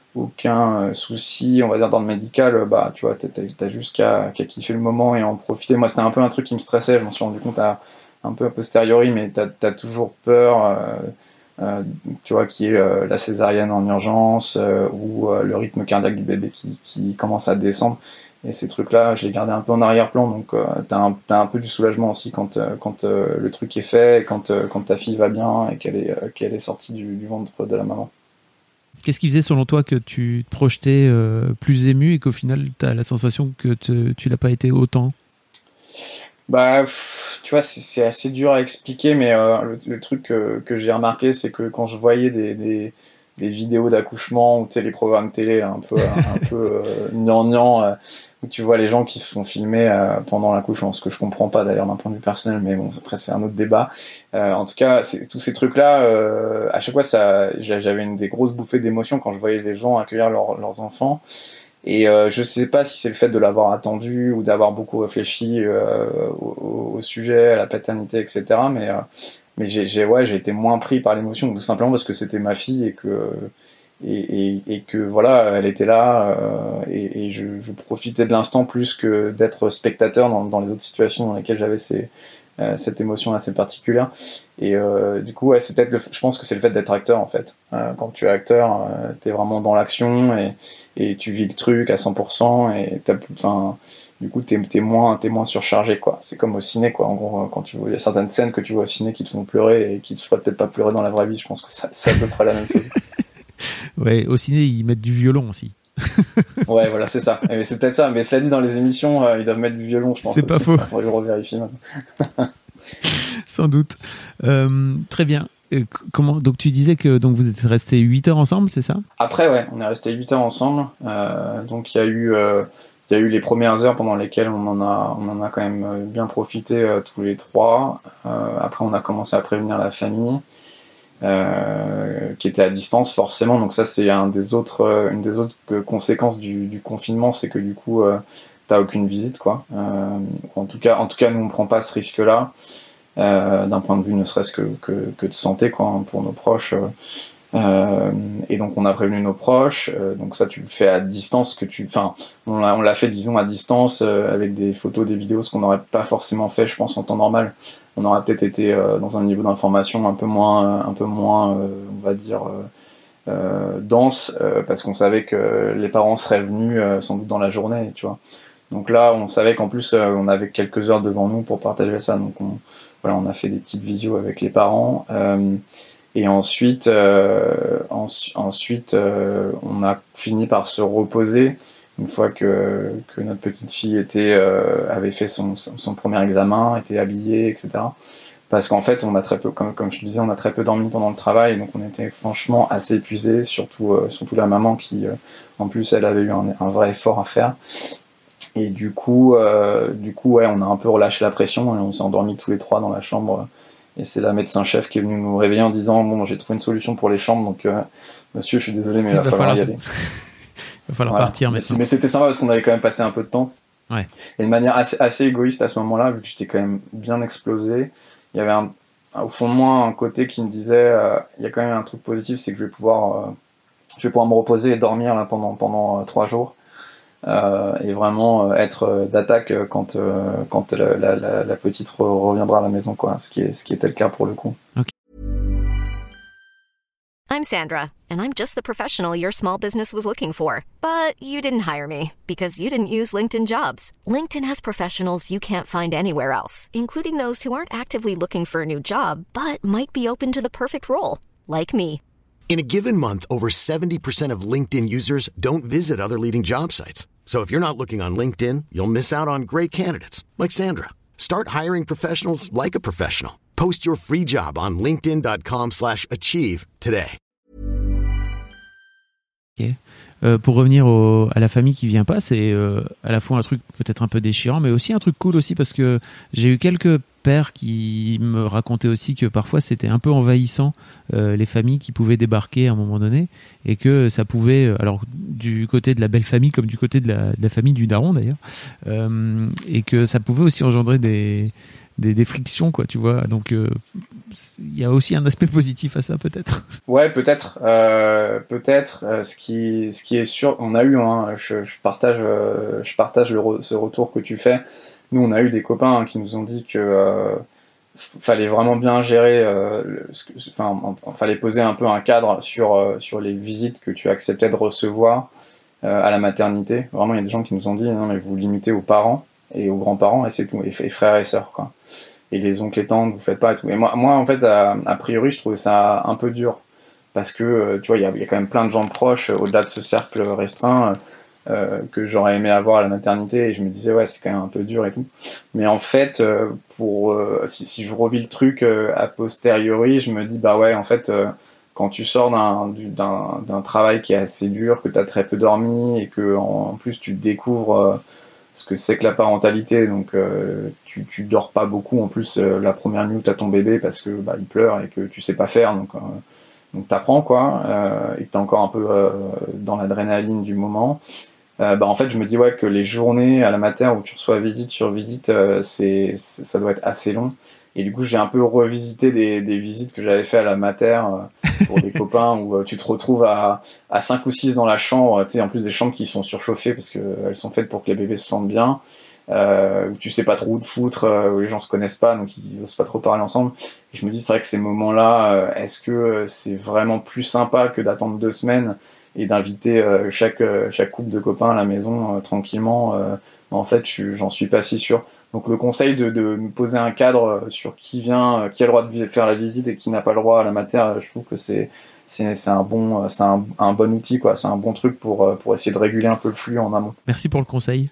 aucun souci on va dire dans le médical, bah tu vois t'as, t'as juste qu'à, qu'à kiffer le moment et en profiter. Moi c'était un peu un truc qui me stressait, je m'en suis rendu compte à un peu a posteriori, mais t'as, t'as toujours peur, euh, euh, tu vois, qu'il y ait euh, la césarienne en urgence euh, ou euh, le rythme cardiaque du bébé qui, qui commence à descendre. Et ces trucs-là, je les gardais un peu en arrière-plan, donc euh, t'as, un, t'as un peu du soulagement aussi quand, euh, quand euh, le truc est fait, quand, euh, quand ta fille va bien et qu'elle est, euh, qu'elle est sortie du, du ventre de la maman. Qu'est-ce qui faisait selon toi que tu te projetais euh, plus ému et qu'au final tu as la sensation que te, tu l'as pas été autant? Bah, pff, tu vois, c'est, c'est assez dur à expliquer, mais euh, le, le truc que, que j'ai remarqué, c'est que quand je voyais des, des, des vidéos d'accouchement ou tu sais, les programmes télé un peu, un peu euh, gnangnan, euh, où tu vois les gens qui se font filmer euh, pendant l'accouchement, ce que je comprends pas d'ailleurs d'un point de vue personnel, mais bon, après c'est un autre débat. Euh, en tout cas, c'est, tous ces trucs-là, euh, à chaque fois, ça, j'avais une des grosses bouffées d'émotion quand je voyais les gens accueillir leur, leurs enfants. Et euh, je sais pas si c'est le fait de l'avoir attendu ou d'avoir beaucoup réfléchi euh, au, au sujet, à la paternité, et cetera. Mais euh, mais j'ai, j'ai ouais, j'ai été moins pris par l'émotion, tout simplement parce que c'était ma fille et que et, et, et que voilà, elle était là euh, et, et je, je profitais de l'instant plus que d'être spectateur dans, dans les autres situations dans lesquelles j'avais ces euh, cette émotion assez particulière. Et euh, du coup, ouais, c'est peut-être le, je pense que c'est le fait d'être acteur en fait. Euh, quand tu es acteur, euh, t'es vraiment dans l'action et et tu vis le truc à cent pour cent et t'as plus, enfin, du coup t'es, t'es moins, t'es moins surchargé quoi. C'est comme au ciné quoi. En gros, quand tu vois, il y a certaines scènes que tu vois au ciné qui te font pleurer et qui te feraient peut-être pas pleurer dans la vraie vie. Je pense que ça, c'est à peu près la même chose. Ouais, au ciné ils mettent du violon aussi. Ouais, voilà, c'est ça. Mais c'est peut-être ça. Mais cela dit, dans les émissions, euh, ils doivent mettre du violon, je pense. C'est pas aussi. faux. Il faudrait que je revérifie même. Sans doute. Euh, très bien. Euh, comment, donc tu disais que donc vous êtes restés huit heures ensemble, c'est ça? Après, ouais, on est restés huit heures ensemble. Euh, donc il y a eu, euh, il y a eu les premières heures pendant lesquelles on en a, on en a quand même bien profité euh, tous les trois. Euh, après, on a commencé à prévenir la famille, euh, qui était à distance forcément. Donc ça, c'est un des autres, euh, une des autres conséquences du, du confinement, c'est que du coup, euh, t'as aucune visite, quoi. Euh, en tout cas, en tout cas, nous on prend pas ce risque-là. Euh, d'un point de vue ne serait-ce que, que, que de santé quoi, hein, pour nos proches. Euh, et donc on a prévenu nos proches. Euh, donc ça tu le fais à distance, que tu, enfin on l'a, on l'a fait disons à distance euh, avec des photos, des vidéos, ce qu'on n'aurait pas forcément fait, je pense en temps normal. On aurait peut-être été euh, dans un niveau d'information un peu moins, un peu moins, euh, on va dire. Euh, euh, dense euh, parce qu'on savait que les parents seraient venus euh, sans doute dans la journée, tu vois. Donc là, on savait qu'en plus euh, on avait quelques heures devant nous pour partager ça. Donc on, voilà, on a fait des petites visios avec les parents euh, et ensuite, euh, en, ensuite, euh, on a fini par se reposer une fois que, que notre petite fille était euh, avait fait son, son, son premier examen, était habillée, et cetera. Parce qu'en fait, on a très peu, comme, comme je te disais, on a très peu dormi pendant le travail, donc on était franchement assez épuisés, surtout, euh, surtout la maman qui, euh, en plus, elle avait eu un, un vrai effort à faire. Et du coup, euh, du coup, ouais, on a un peu relâché la pression et on s'est endormis tous les trois dans la chambre. Et c'est la médecin-chef qui est venue nous réveiller en disant bon, j'ai trouvé une solution pour les chambres, donc euh, monsieur, je suis désolé, mais il va, il va falloir, falloir y aller. Il va falloir voilà. partir mais, maintenant. Mais c'était sympa parce qu'on avait quand même passé un peu de temps. Ouais. Et de manière assez, assez égoïste à ce moment-là, vu que j'étais quand même bien explosé, il y avait un, au fond de moi un côté qui me disait euh, il y a quand même un truc positif, c'est que je vais pouvoir, euh, je vais pouvoir me reposer et dormir là pendant pendant euh, trois jours. Euh, et vraiment euh, être euh, d'attaque quand euh, quand la, la, la, la petite re- reviendra à la maison quoi, ce qui est ce qui était le cas pour le coup. Okay. I'm Sandra, and I'm just the professional your small business was looking for, but you didn't hire me because you didn't use LinkedIn Jobs. LinkedIn has professionals you can't find anywhere else, including those who aren't actively looking for a new job but might be open to the perfect role, like me. In a given month, over seventy percent of LinkedIn users don't visit other leading job sites. So if you're not looking on LinkedIn, you'll miss out on great candidates like Sandra. Start hiring professionals like a professional. Post your free job on linkedin dot com slash achieve today. Okay. Euh, pour revenir au, à la famille qui vient pas, c'est euh, à la fois un truc peut-être un peu déchirant, mais aussi un truc cool aussi parce que j'ai eu quelques pères qui me racontaient aussi que parfois c'était un peu envahissant euh, les familles qui pouvaient débarquer à un moment donné et que ça pouvait, alors du côté de la belle famille comme du côté de la, de la famille du daron d'ailleurs, euh, et que ça pouvait aussi engendrer des Des, des frictions quoi, tu vois, donc il euh, y a aussi un aspect positif à ça peut-être. Ouais, peut-être, euh, peut-être. Euh, ce qui, ce qui est sûr, on a eu, hein, je, je partage, euh, je partage le re, ce retour que tu fais. Nous, on a eu des copains hein, qui nous ont dit que, euh, fallait vraiment bien gérer, euh, le, enfin, il fallait poser un peu un cadre sur, euh, sur les visites que tu acceptais de recevoir euh, à la maternité. Vraiment, il y a des gens qui nous ont dit, non mais vous limitez aux parents et aux grands-parents et c'est tout, et, et frères et sœurs, quoi. Et les oncles et tantes, vous faites pas et tout. Et moi, moi en fait, a, a priori, je trouvais ça un peu dur parce que, euh, tu vois, il y a, y a quand même plein de gens proches euh, au-delà de ce cercle restreint. Euh, Euh, que j'aurais aimé avoir à la maternité et je me disais ouais c'est quand même un peu dur et tout, mais en fait euh, pour euh, si, si je revis le truc euh, a posteriori, je me dis bah ouais en fait euh, quand tu sors d'un, d'un, d'un travail qui est assez dur, que tu as très peu dormi et que en, en plus tu découvres euh, ce que c'est que la parentalité, donc euh, tu, tu dors pas beaucoup en plus euh, la première nuit où t'as ton bébé parce que bah, il pleure et que tu sais pas faire, donc euh, donc t'apprends quoi, euh, et que t'es encore un peu euh, dans l'adrénaline du moment. Euh, bah en fait je me dis ouais que les journées à la mater où tu reçois visite sur visite, euh, c'est, c'est ça doit être assez long, et du coup j'ai un peu revisité des, des visites que j'avais fait à la mater euh, pour des copains où euh, tu te retrouves à, à cinq ou six dans la chambre, tu sais, en plus des chambres qui sont surchauffées parce qu'elles sont faites pour que les bébés se sentent bien, euh, où tu sais pas trop où te foutre, euh, où les gens se connaissent pas donc ils osent pas trop parler ensemble, et je me dis c'est vrai que ces moments là euh, est-ce que c'est vraiment plus sympa que d'attendre deux semaines et d'inviter euh, chaque, euh, chaque couple de copains à la maison euh, tranquillement, euh, en fait je, j'en suis pas si sûr. Donc le conseil de, de me poser un cadre sur qui vient, euh, qui a le droit de faire la visite et qui n'a pas le droit à la mater, je trouve que c'est, c'est, c'est, un, bon, c'est un, un bon outil, quoi. C'est un bon truc pour, pour essayer de réguler un peu le flux en amont. Merci pour le conseil.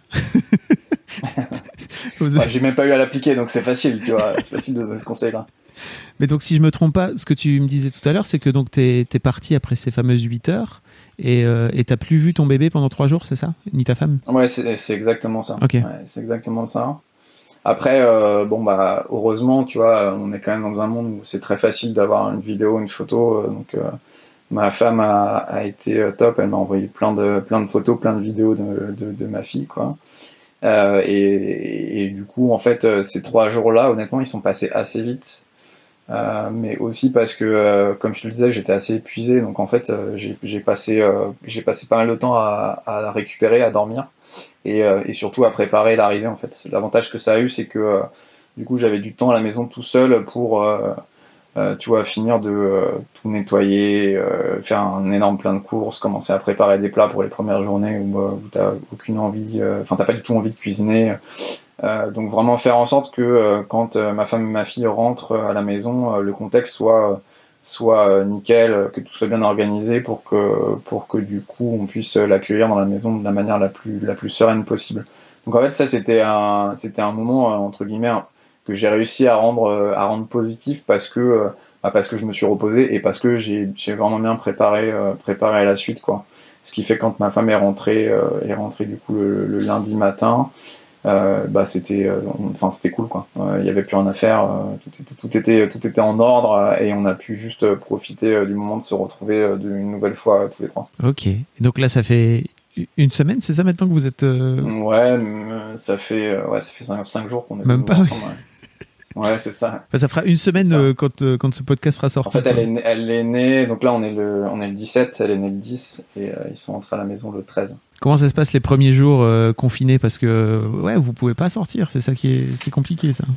Ouais, j'ai même pas eu à l'appliquer, donc c'est facile, tu vois, c'est facile de donner ce conseil-là. Mais donc si je me trompe pas, ce que tu me disais tout à l'heure, c'est que donc t'es, t'es parti après ces fameuses huit heures. Et euh, et t'as plus vu ton bébé pendant trois jours, c'est ça? Ni ta femme? Ouais, c'est, c'est exactement ça. Ok. Ouais, c'est exactement ça. Après, euh, bon bah heureusement, tu vois, on est quand même dans un monde où c'est très facile d'avoir une vidéo, une photo. Euh, donc euh, ma femme a, a été top. Elle m'a envoyé plein de plein de photos, plein de vidéos de de, de ma fille, quoi. Euh, et, et, et du coup, en fait, ces trois jours-là, honnêtement, ils sont passés assez vite. Euh, mais aussi parce que, euh, comme je te le disais, j'étais assez épuisé, donc en fait, euh, j'ai, j'ai passé, euh, j'ai passé pas mal de temps à, à récupérer, à dormir, et, euh, et surtout à préparer l'arrivée. En fait, l'avantage que ça a eu, c'est que euh, du coup, j'avais du temps à la maison tout seul pour, euh, euh, tu vois, finir de euh, tout nettoyer, euh, faire un énorme plein de courses, commencer à préparer des plats pour les premières journées où, euh, où t'as aucune envie, enfin, euh, t'as pas du tout envie de cuisiner. Euh, donc vraiment faire en sorte que euh, quand euh, ma femme et ma fille rentrent euh, à la maison, euh, le contexte soit soit euh, nickel, euh, que tout soit bien organisé pour que pour que du coup on puisse euh, l'accueillir dans la maison de la manière la plus la plus sereine possible. Donc en fait ça c'était un c'était un moment euh, entre guillemets que j'ai réussi à rendre euh, à rendre positif parce que euh, bah parce que je me suis reposé et parce que j'ai j'ai vraiment bien préparé euh, préparé la suite, quoi. Ce qui fait que quand ma femme est rentrée euh, est rentrée du coup le, le lundi matin. Euh, bah c'était euh, enfin c'était cool, quoi. Il euh, y avait plus rien à faire, euh, tout était tout était tout était en ordre, euh, et on a pu juste euh, profiter euh, du moment de se retrouver euh, une nouvelle fois euh, tous les trois. Ok. Et donc là ça fait une semaine, c'est ça maintenant que vous êtes euh... Ouais, ça fait euh, ouais ça fait cinq, cinq jours qu'on est même pas ensemble. Ouais. Ouais, c'est ça. Enfin, ça fera une semaine euh, quand, euh, quand ce podcast sera sorti. En fait, elle est, elle est née, donc là on est le, on est le dix-sept, elle est née le dix, et euh, ils sont rentrés à la maison le treize. Comment ça se passe les premiers jours euh, confinés? Parce que ouais, vous pouvez pas sortir, c'est ça qui est, c'est compliqué, ça.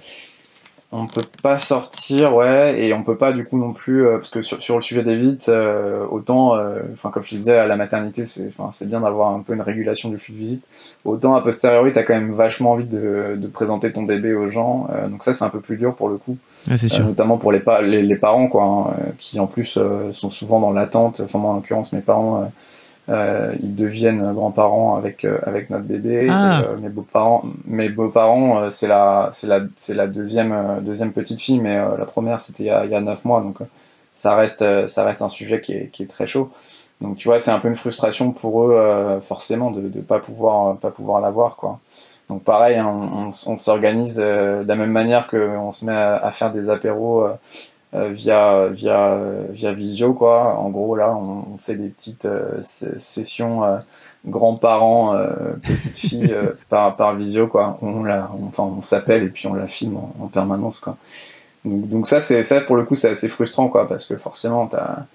On peut pas sortir, ouais, et on peut pas du coup non plus, euh, parce que sur, sur le sujet des visites, euh, autant, enfin euh, comme je te disais, à la maternité, c'est, enfin c'est bien d'avoir un peu une régulation du flux de visite. Autant a posteriori, t'as quand même vachement envie de, de présenter ton bébé aux gens, euh, donc ça c'est un peu plus dur pour le coup. Ouais, c'est sûr. Euh, notamment pour les, pa- les, les parents, quoi, hein, qui en plus euh, sont souvent dans l'attente. Enfin moi en l'occurrence, mes parents. Euh, Euh, ils deviennent grands-parents avec euh, avec notre bébé. Ah. Et, euh, mes beaux-parents, mes beaux-parents, euh, c'est la c'est la c'est la deuxième euh, deuxième petite fille, mais euh, la première c'était il y a il y a neuf mois, donc euh, ça reste euh, ça reste un sujet qui est qui est très chaud. Donc tu vois, c'est un peu une frustration pour eux, euh, forcément, de de pas pouvoir pas pouvoir l'avoir, quoi. Donc pareil, hein, on, on, on s'organise euh, de la même manière que on se met à, à faire des apéros. Euh, Euh, via via via Visio, quoi. En gros là on, on fait des petites euh, sessions euh, grands-parents euh, petites filles euh, par par Visio, quoi. On la on, enfin on s'appelle et puis on la filme en, en permanence, quoi. Donc, donc ça c'est ça pour le coup c'est assez frustrant, quoi, parce que forcément t'as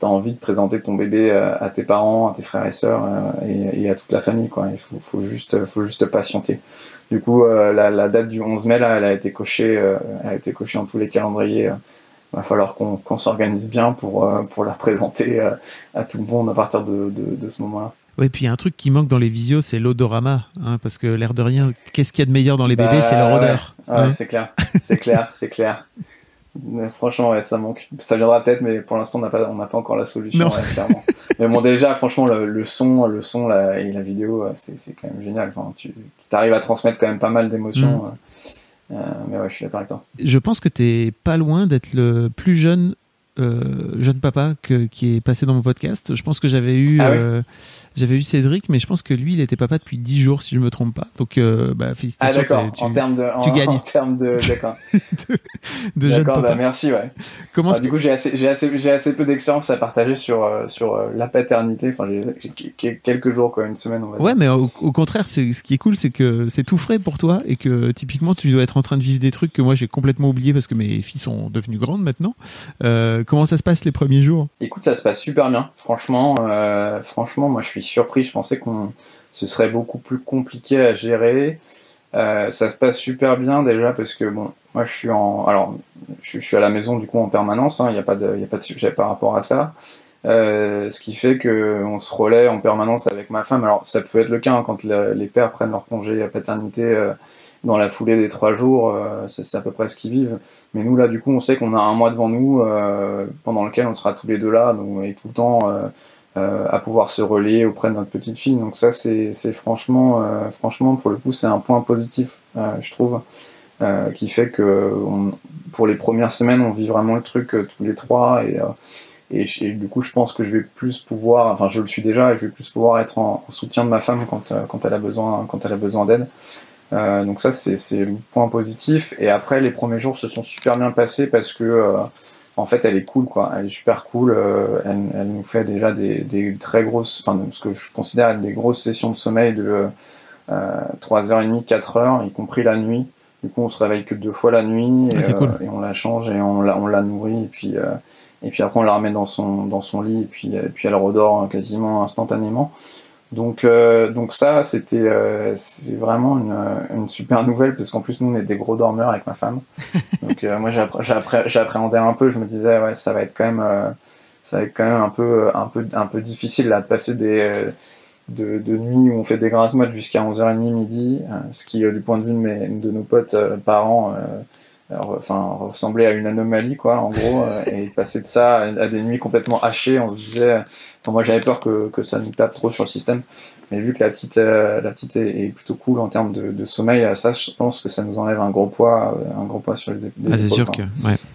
t'as envie de présenter ton bébé à, à tes parents, à tes frères et sœurs euh, et, et à toute la famille, quoi. Il faut, faut juste, faut juste patienter. Du coup, euh, la, la date du onze mai là, elle a été cochée, euh, elle a été cochée dans tous les calendriers. Il va falloir qu'on, qu'on s'organise bien pour, euh, pour la présenter euh, à tout le monde à partir de, de, de ce moment-là. Oui, puis il y a un truc qui manque dans les visios, c'est l'odorama, hein, parce que l'air de rien, qu'est-ce qu'il y a de meilleur dans les bébés, bah, c'est leur odeur. Ouais, ouais hein. c'est clair, c'est clair, c'est clair. Mais franchement, ouais, ça manque. Ça viendra peut-être, mais pour l'instant, on n'a pas, on n'a pas encore la solution, ouais, clairement. Mais bon, déjà, franchement, le, le son, le son la, et la vidéo, c'est, c'est quand même génial. Enfin, tu arrives à transmettre quand même pas mal d'émotions. Mm. Euh, mais ouais, je suis d'accord avec toi. Je pense que t'es pas loin d'être le plus jeune euh, jeune papa que, qui est passé dans mon podcast. Je pense que j'avais eu, ah, euh, oui j'avais eu Cédric, mais je pense que lui, il était papa depuis dix jours, si je me trompe pas. Donc, euh, bah, félicitations. Ah d'accord. Tu, en termes de, tu en, gagnes. En termes de, d'accord. de, de jeune d'accord, papa. bah merci, ouais. Comment enfin, du coup, j'ai assez, j'ai assez, j'ai assez peu d'expérience à partager sur, euh, sur euh, la paternité. Enfin, j'ai, j'ai quelques jours, quoi, une semaine, on va dire. Ouais, mais au, au contraire, c'est, ce qui est cool, c'est que c'est tout frais pour toi et que typiquement, tu dois être en train de vivre des trucs que moi, j'ai complètement oublié parce que mes filles sont devenues grandes maintenant. Euh, comment ça se passe les premiers jours ? Écoute, ça se passe super bien. Franchement, euh, franchement, moi, je suis surpris. Je pensais qu'on ce serait beaucoup plus compliqué à gérer. Euh, ça se passe super bien déjà parce que bon, moi je suis en, alors je, je suis à la maison du coup en permanence. Il hein, n'y a pas de, il y a pas de sujet par rapport à ça. Euh, ce qui fait que on se relaie en permanence avec ma femme. Alors ça peut être le cas hein, quand le, les pères prennent leur congé à paternité euh, dans la foulée des trois jours. Euh, c'est, c'est à peu près ce qu'ils vivent. Mais nous là, du coup, on sait qu'on a un mois devant nous euh, pendant lequel on sera tous les deux là, donc et tout le temps. Euh, Euh, à pouvoir se relayer auprès de notre petite fille. Donc ça, c'est, c'est franchement, euh, franchement, pour le coup, c'est un point positif, euh, je trouve, euh, qui fait que on, pour les premières semaines, on vit vraiment le truc euh, tous les trois. Et, euh, et, et du coup, je pense que je vais plus pouvoir, enfin, je le suis déjà, et je vais plus pouvoir être en, en soutien de ma femme quand, euh, quand elle a besoin, quand elle a besoin d'aide. Euh, donc ça, c'est, c'est le point positif. Et après, les premiers jours se sont super bien passés parce que euh, en fait, elle est cool, quoi. Elle est super cool. Euh, elle, elle nous fait déjà des, des très grosses, enfin, ce que je considère être des grosses sessions de sommeil de euh, trois heures trente, quatre heures, y compris la nuit. Du coup, on se réveille que deux fois la nuit et, ah, c'est euh, cool. et on la change et on la, on la nourrit et puis euh, et puis après on la remet dans son dans son lit et puis et puis elle redort quasiment instantanément. Donc, euh, donc ça, c'était, euh, c'est vraiment une, une super nouvelle parce qu'en plus nous on est des gros dormeurs avec ma femme. Donc euh, moi j'appré- j'appré- j'appréhendais un peu, je me disais ouais ça va être quand même, euh, ça va être quand même un peu, un peu, un peu difficile là de passer des euh, de, de nuits où on fait des grasses mottes jusqu'à onze heures trente midi, euh, ce qui euh, du point de vue de, mes, de nos potes euh, parents. Euh, Alors, enfin, ressemblait à une anomalie, quoi, en gros, euh, et passer de ça à, à des nuits complètement hachées, on se disait, enfin, moi j'avais peur que, que ça nous tape trop sur le système, mais vu que la petite, euh, la petite est, est plutôt cool en termes de, de sommeil, ça, je pense que ça nous enlève un gros poids, un gros poids sur les, les ah, épaules. C'est sûr quoi. que, ouais.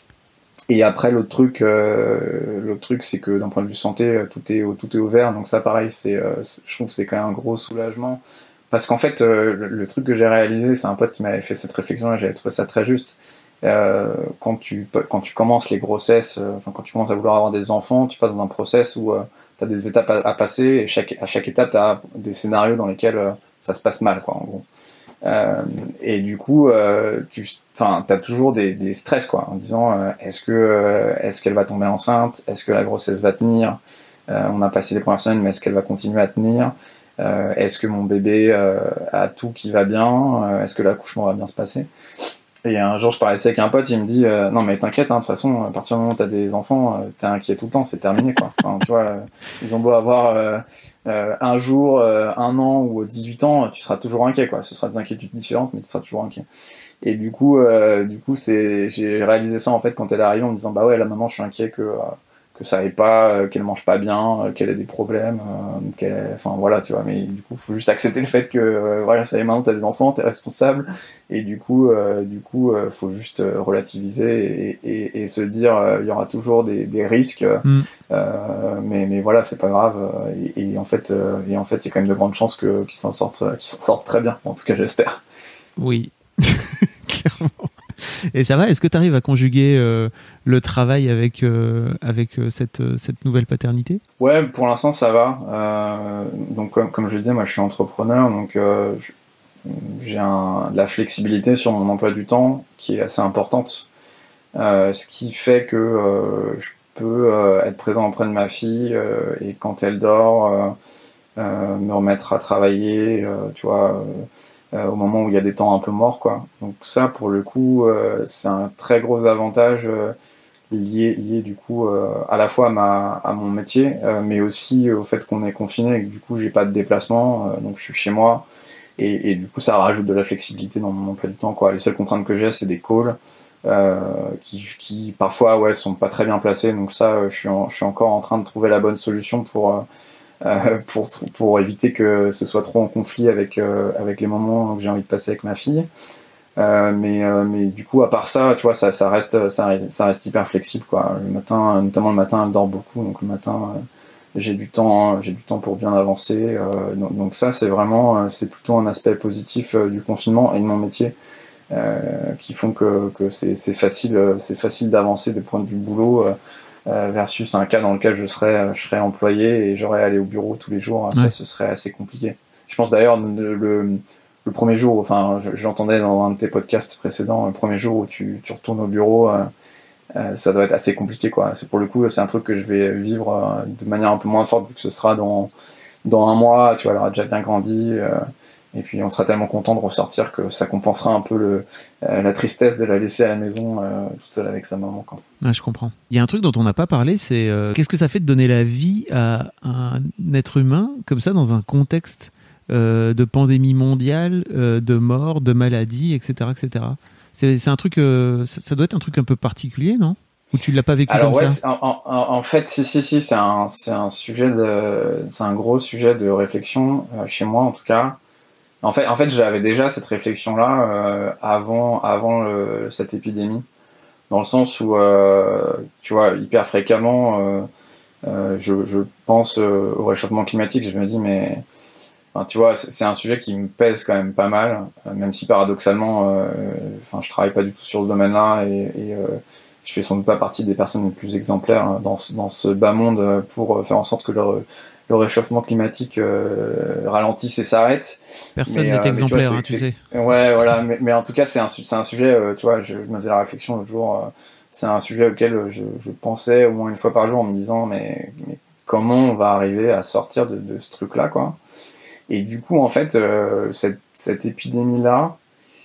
Et après, l'autre truc, euh, l'autre truc, c'est que d'un point de vue santé, tout est, tout est ouvert, donc ça, pareil, c'est, euh, c'est, je trouve que c'est quand même un gros soulagement. Parce qu'en fait, euh, le, le truc que j'ai réalisé, c'est un pote qui m'avait fait cette réflexion et j'avais trouvé ça très juste. Euh, quand tu quand tu commences les grossesses, euh, enfin quand tu commences à vouloir avoir des enfants, tu passes dans un process où euh, tu as des étapes à, à passer et chaque à chaque étape tu as des scénarios dans lesquels euh, ça se passe mal, quoi, en gros. Euh, et du coup, euh, tu enfin tu as toujours des, des stress, quoi, en disant euh, est-ce que euh, est-ce qu'elle va tomber enceinte, est-ce que la grossesse va tenir, euh, on a passé les premières semaines, mais est-ce qu'elle va continuer à tenir, euh, est-ce que mon bébé euh, a tout qui va bien, euh, est-ce que l'accouchement va bien se passer. Et un jour, je parlais avec un pote, il me dit euh, non mais t'inquiète, hein, de toute façon, à partir du moment où t'as des enfants, euh, t'es inquiet tout le temps, c'est terminé, quoi. Enfin, tu vois, euh, ils ont beau avoir euh, euh, un jour, euh, un an ou dix-huit ans, tu seras toujours inquiet, quoi. Ce sera des inquiétudes différentes, mais tu seras toujours inquiet. Et du coup, euh, du coup, c'est, j'ai réalisé ça en fait quand elle est arrivée en me disant bah ouais, là maman, je suis inquiet que euh, que ça aille pas, euh, qu'elle mange pas bien, euh, qu'elle ait des problèmes, euh, qu'elle, ait... enfin voilà, tu vois. Mais du coup, faut juste accepter le fait que euh, voilà, ça y est, maintenant t'as des enfants, t'es responsable, et du coup, euh, du coup, euh, faut juste euh, relativiser et, et, et se dire, il euh, y aura toujours des, des risques, mm. euh, mais mais voilà, c'est pas grave. Et, et en fait, euh, et en fait, il y a quand même de grandes chances que qu'ils s'en sortent, qu'ils s'en sortent très bien. En tout cas, j'espère. Oui, clairement. Et ça va, est-ce que tu arrives à conjuguer euh, le travail avec, euh, avec euh, cette, cette nouvelle paternité ? Ouais, pour l'instant ça va. Euh, donc comme, comme je le disais, moi je suis entrepreneur, donc euh, je, j'ai un, de la flexibilité sur mon emploi du temps qui est assez importante. Euh, ce qui fait que euh, je peux euh, être présent auprès de ma fille euh, et quand elle dort, euh, euh, me remettre à travailler, euh, tu vois, euh, euh, au moment où il y a des temps un peu morts, quoi. Donc ça, pour le coup, euh, c'est un très gros avantage euh, lié, lié du coup euh, à la fois à, ma, à mon métier, euh, mais aussi au fait qu'on est confiné et que du coup j'ai pas de déplacement, euh, donc je suis chez moi. Et, et du coup, ça rajoute de la flexibilité dans mon emploi du temps, quoi. Les seules contraintes que j'ai, c'est des calls euh, qui, qui parfois, ouais, sont pas très bien placés. Donc ça, euh, je suis, en, je suis encore en train de trouver la bonne solution pour euh, pour pour éviter que ce soit trop en conflit avec euh, avec les moments que j'ai envie de passer avec ma fille. Euh, mais euh, mais du coup, à part ça, tu vois, ça ça reste ça, ça reste hyper flexible, quoi. Le matin, notamment le matin, elle dort beaucoup, donc le matin. Euh, j'ai du temps j'ai du temps pour bien avancer euh, donc, donc ça c'est vraiment c'est plutôt un aspect positif euh, du confinement et de mon métier euh, qui font que, que c'est, c'est facile c'est facile d'avancer des points de vue boulot euh, versus un cas dans lequel je serais je serais employé et j'aurais à aller au bureau tous les jours. Ouais. Ça ce serait assez compliqué. Je pense d'ailleurs le, le, le premier jour, enfin j'entendais dans un de tes podcasts précédents, le premier jour où tu, tu retournes au bureau, euh, Euh, ça doit être assez compliqué, quoi. C'est pour le coup, c'est un truc que je vais vivre euh, de manière un peu moins forte vu que ce sera dans dans un mois. Tu vois, elle aura déjà bien grandi, euh, et puis on sera tellement content de ressortir que ça compensera un peu le euh, la tristesse de la laisser à la maison euh, toute seule avec sa maman, quoi. Ouais, je comprends. Il y a un truc dont on n'a pas parlé, c'est euh, qu'est-ce que ça fait de donner la vie à un être humain comme ça dans un contexte euh, de pandémie mondiale, euh, de mort, de maladie, et cetera, et cetera. C'est, c'est un truc, euh, ça, ça doit être un truc un peu particulier, non? Ou tu l'as pas vécu Alors, comme ouais, ça? en, en, en fait, si, si, si, c'est un, c'est un sujet de, c'est un gros sujet de réflexion euh, chez moi, en tout cas. En fait, en fait, j'avais déjà cette réflexion-là euh, avant, avant le, cette épidémie, dans le sens où, euh, tu vois, hyper fréquemment, euh, euh, je, je pense euh, au réchauffement climatique. Je me dis, mais enfin, tu vois, c'est, c'est un sujet qui me pèse quand même pas mal, euh, même si paradoxalement, euh, enfin, je travaille pas du tout sur le domaine-là et, et euh, je fais sans doute pas partie des personnes les plus exemplaires dans ce, dans ce bas monde pour faire en sorte que le, le réchauffement climatique euh, ralentisse et s'arrête. Personne mais, n'est euh, exemplaire, mais tu vois, hein, tu sais. Ouais, voilà, mais, mais en tout cas, c'est un, c'est un sujet, euh, tu vois, je, je me faisais la réflexion l'autre jour, euh, c'est un sujet auquel je, je pensais au moins une fois par jour en me disant, mais, mais comment on va arriver à sortir de, de ce truc-là, quoi. Et du coup, en fait, euh, cette, cette épidémie-là,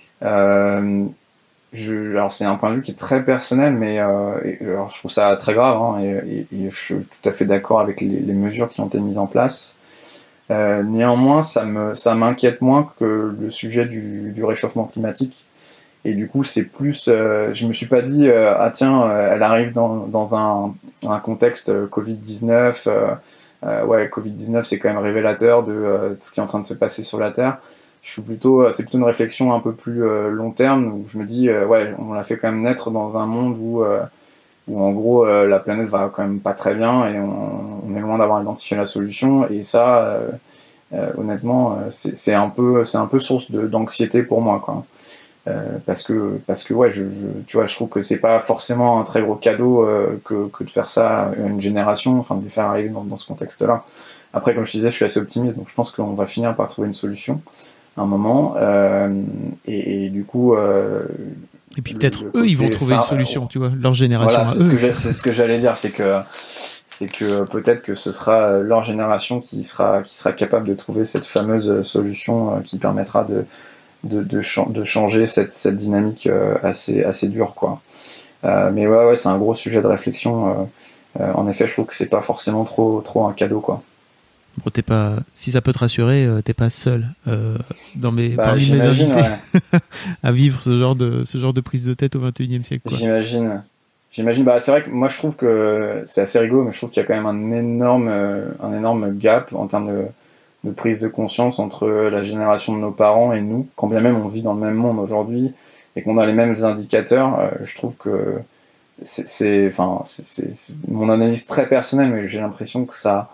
euh, je, alors c'est un point de vue qui est très personnel, mais euh, et, alors je trouve ça très grave, hein, et, et, et je suis tout à fait d'accord avec les, les mesures qui ont été mises en place. Euh, néanmoins, ça me, ça m'inquiète moins que le sujet du, du réchauffement climatique. Et du coup, c'est plus, euh, je me suis pas dit, euh, ah tiens, euh, elle arrive dans, dans un, un contexte covid dix-neuf. Euh, euh, ouais, covid dix-neuf, c'est quand même révélateur de, euh, de ce qui est en train de se passer sur la Terre. Je suis plutôt, c'est plutôt une réflexion un peu plus euh, long terme où je me dis, euh, ouais, on l'a fait quand même naître dans un monde où, euh, où en gros euh, la planète va quand même pas très bien et on, on est loin d'avoir identifié la solution. Et ça, euh, euh, honnêtement, c'est, c'est un peu, c'est un peu source de, d'anxiété pour moi, quoi. Euh, parce que parce que ouais, je, je, tu vois, je trouve que c'est pas forcément un très gros cadeau euh, que, que de faire ça à une génération, enfin de les faire arriver dans, dans ce contexte-là. Après, comme je te disais, je suis assez optimiste, donc je pense qu'on va finir par trouver une solution à un moment. Euh, et, et du coup. Euh, et puis peut-être eux, ils vont trouver ça, une solution, euh, tu vois, leur génération. Voilà, à c'est, eux. Ce que c'est ce que j'allais dire, c'est que c'est que peut-être que ce sera leur génération qui sera qui sera capable de trouver cette fameuse solution euh, qui permettra de De, de, de changer cette, cette dynamique euh, assez, assez dure, quoi. Euh, mais ouais, ouais, c'est un gros sujet de réflexion. Euh, euh, en effet, je trouve que c'est pas forcément trop, trop un cadeau, quoi. Bon, t'es pas, si ça peut te rassurer, t'es pas seul euh, dans mes, bah, parmi mes invités ouais. à vivre ce genre de, ce genre de prise de tête au vingt et unième siècle, quoi. J'imagine. J'imagine. Bah, c'est vrai que moi, je trouve que c'est assez rigolo, mais je trouve qu'il y a quand même un énorme, un énorme gap en termes de de prise de conscience entre la génération de nos parents et nous, quand bien même on vit dans le même monde aujourd'hui et qu'on a les mêmes indicateurs. Euh, je trouve que c'est, c'est, enfin, c'est, c'est, c'est mon analyse très personnelle, mais j'ai l'impression que ça,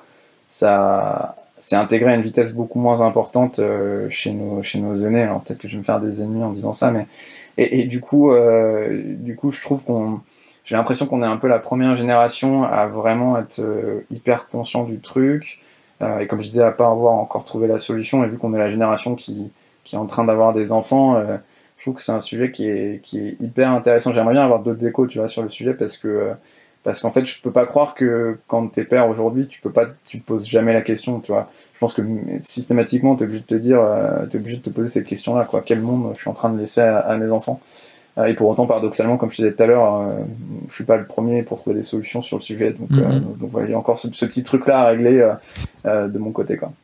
ça, c'est intégré à une vitesse beaucoup moins importante euh, chez nos, chez nos aînés. Alors peut-être que je vais me faire des ennemis en disant ça, mais et, et du coup, euh, du coup, je trouve qu'on, j'ai l'impression qu'on est un peu la première génération à vraiment être euh, hyper conscient du truc. Euh, et comme je disais, à pas avoir encore trouvé la solution, et vu qu'on est la génération qui, qui est en train d'avoir des enfants, euh, je trouve que c'est un sujet qui est, qui est hyper intéressant. J'aimerais bien avoir d'autres échos, tu vois, sur le sujet, parce que, Parce qu'en fait, je peux pas croire que quand t'es père aujourd'hui, tu peux pas, tu te poses jamais la question, tu vois. Je pense que systématiquement, t'es obligé de te dire, euh, t'es obligé de te poser cette question-là, quoi. Quel monde je suis en train de laisser à, à mes enfants? Euh, et pour autant, paradoxalement, comme je disais tout à l'heure, euh, je suis pas le premier pour trouver des solutions sur le sujet. Donc, mm-hmm. euh, donc voilà, il y a encore ce, ce petit truc-là à régler euh, euh, de mon côté, quoi.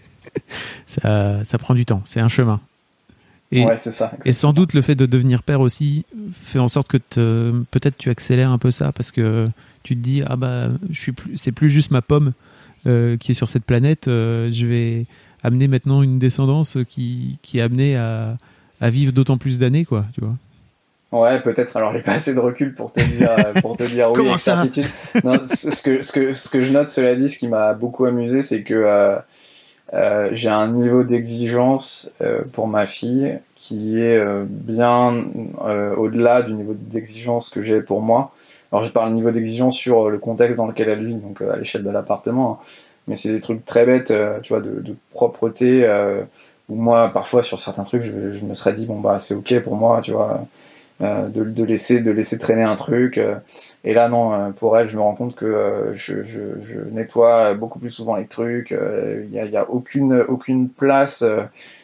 ça, ça prend du temps, c'est un chemin. Et, ouais, c'est ça. Exactement. Et sans doute le fait de devenir père aussi fait en sorte que te, peut-être tu accélères un peu ça parce que tu te dis ah bah je suis plus, c'est plus juste ma pomme euh, qui est sur cette planète, euh, je vais amener maintenant une descendance qui, qui est amenée à, à vivre d'autant plus d'années, quoi, tu vois. Ouais, peut-être. Alors, j'ai pas assez de recul pour te dire, pour te dire oui avec certitude. Non, ce que, ce que, ce que je note, cela dit, ce qui m'a beaucoup amusé, c'est que euh, Euh, j'ai un niveau d'exigence euh, pour ma fille qui est euh, bien euh, au-delà du niveau d'exigence que j'ai pour moi. Alors je parle niveau d'exigence sur le contexte dans lequel elle vit, donc euh, à l'échelle de l'appartement, hein. Mais c'est des trucs très bêtes, euh, tu vois, de, de propreté, euh, où moi parfois sur certains trucs je, je me serais dit bon bah c'est ok pour moi, tu vois, euh, de, de laisser de laisser traîner un truc. Euh, Et là, non, pour elle, je me rends compte que euh, je, je, je nettoie beaucoup plus souvent les trucs. Il euh, y a, y a aucune, aucune place euh,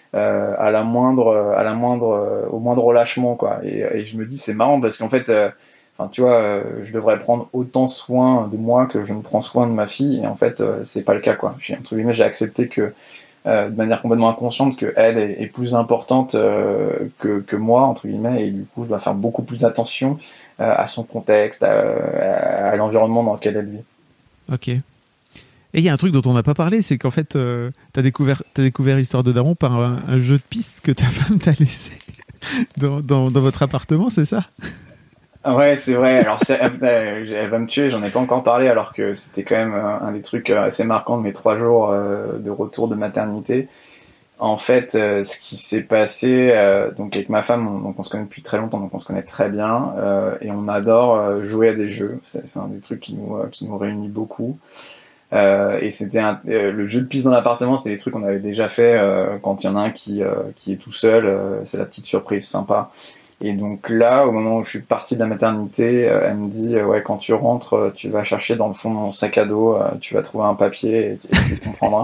à la moindre, à la moindre, euh, au moindre relâchement, quoi. Et, et je me dis, c'est marrant parce qu'en fait, euh, enfin, tu vois, euh, je devrais prendre autant soin de moi que je ne prends soin de ma fille. Et en fait, euh, c'est pas le cas, quoi. J'ai, entre guillemets, j'ai accepté que, euh, de manière complètement inconsciente, que elle est, est plus importante euh, que, que moi, entre guillemets. Et du coup, je dois faire beaucoup plus attention à son contexte, à, à, à l'environnement dans lequel elle vit. Ok. Et il y a un truc dont on n'a pas parlé, c'est qu'en fait, euh, tu as découvert, t'as découvert Histoire de Daron par un, un jeu de piste que ta femme t'a laissé dans, dans, dans votre appartement, c'est ça? Ouais, c'est vrai. Alors, c'est, elle, elle va me tuer, j'en ai pas encore parlé, alors que c'était quand même un, un des trucs assez marquants de mes trois jours euh, de retour de maternité. En fait, euh, ce qui s'est passé, euh, donc avec ma femme, on, donc on se connaît depuis très longtemps, donc on se connaît très bien, euh, et on adore euh, jouer à des jeux. C'est, c'est un des trucs qui nous, euh, qui nous réunit beaucoup. Euh, et c'était un, euh, le jeu de piste dans l'appartement, c'était des trucs qu'on avait déjà fait euh, quand il y en a un qui, euh, qui est tout seul. Euh, c'est la petite surprise sympa. Et donc là, au moment où je suis parti de la maternité, euh, elle me dit euh, ouais, quand tu rentres, tu vas chercher dans le fond de mon sac à dos, euh, tu vas trouver un papier et, et tu comprendras.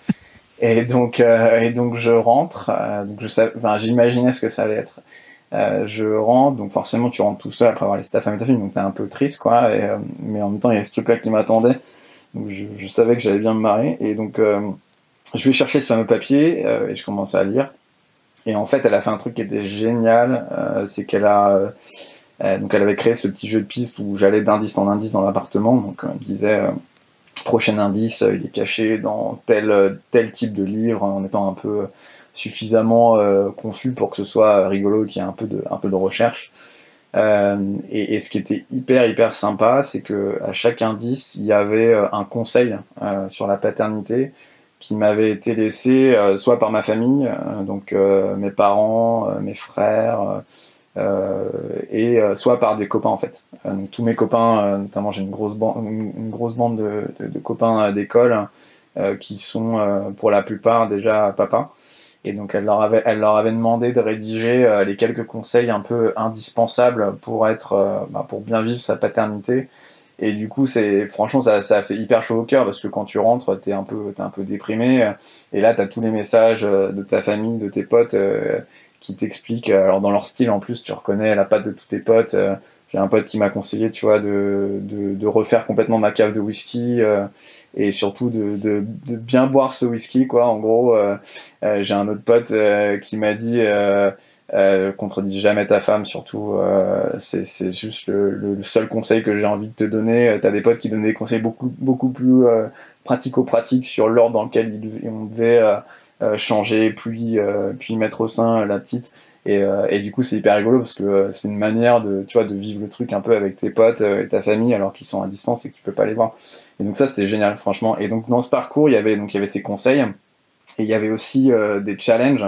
Et donc, euh, et donc je rentre. Euh, donc je sais, enfin, j'imaginais ce que ça allait être. Euh, je rentre, donc forcément tu rentres tout seul après avoir laissé ta femme et ta fille, donc t'es un peu triste, quoi. Et, euh, mais en même temps, il y a ce truc-là qui m'attendait. Donc je, je savais que j'allais bien me marrer. Et donc euh, je vais chercher ce fameux papier euh, et je commence à lire. Et en fait, elle a fait un truc qui était génial. Euh, c'est qu'elle a, euh, donc elle avait créé ce petit jeu de piste où j'allais d'indice en indice dans l'appartement. Donc elle me disait euh, prochain indice, il est caché dans tel, tel type de livre, en étant un peu suffisamment euh, confus pour que ce soit rigolo, qu'il y ait un peu de, un peu de recherche. Euh, et, et ce qui était hyper, hyper sympa, c'est que à chaque indice, il y avait un conseil euh, sur la paternité qui m'avait été laissé euh, soit par ma famille, euh, donc euh, mes parents, euh, mes frères, euh, Euh, et euh, soit par des copains en fait. Euh, donc tous mes copains, euh, notamment j'ai une grosse bande, une, une grosse bande de, de, de copains d'école euh, qui sont euh, pour la plupart déjà papa. Et donc elle leur avait, elle leur avait demandé de rédiger euh, les quelques conseils un peu indispensables pour être, euh, bah, pour bien vivre sa paternité. Et du coup, c'est franchement ça, ça a fait hyper chaud au cœur parce que quand tu rentres, t'es un peu, t'es un peu déprimé. Et là, t'as tous les messages de ta famille, de tes potes. Euh, qui t'explique, alors dans leur style en plus, tu reconnais la patte de tous tes potes. Euh, j'ai un pote qui m'a conseillé, tu vois, de, de, de refaire complètement ma cave de whisky euh, et surtout de, de, de bien boire ce whisky, quoi. En gros, euh, euh, j'ai un autre pote euh, qui m'a dit euh, euh, contredis jamais ta femme, surtout. Euh, c'est, c'est juste le, le seul conseil que j'ai envie de te donner. T'as des potes qui donnent des conseils beaucoup, beaucoup plus euh, pratico-pratiques sur l'ordre dans lequel ils, on devait euh, Euh, changer puis euh, puis mettre au sein la petite et, euh, et du coup c'est hyper rigolo parce que euh, c'est une manière de tu vois de vivre le truc un peu avec tes potes euh, et ta famille alors qu'ils sont à distance et que tu peux pas les voir. Et donc ça c'était génial franchement. Et donc dans ce parcours il y avait donc il y avait ces conseils et il y avait aussi euh, des challenges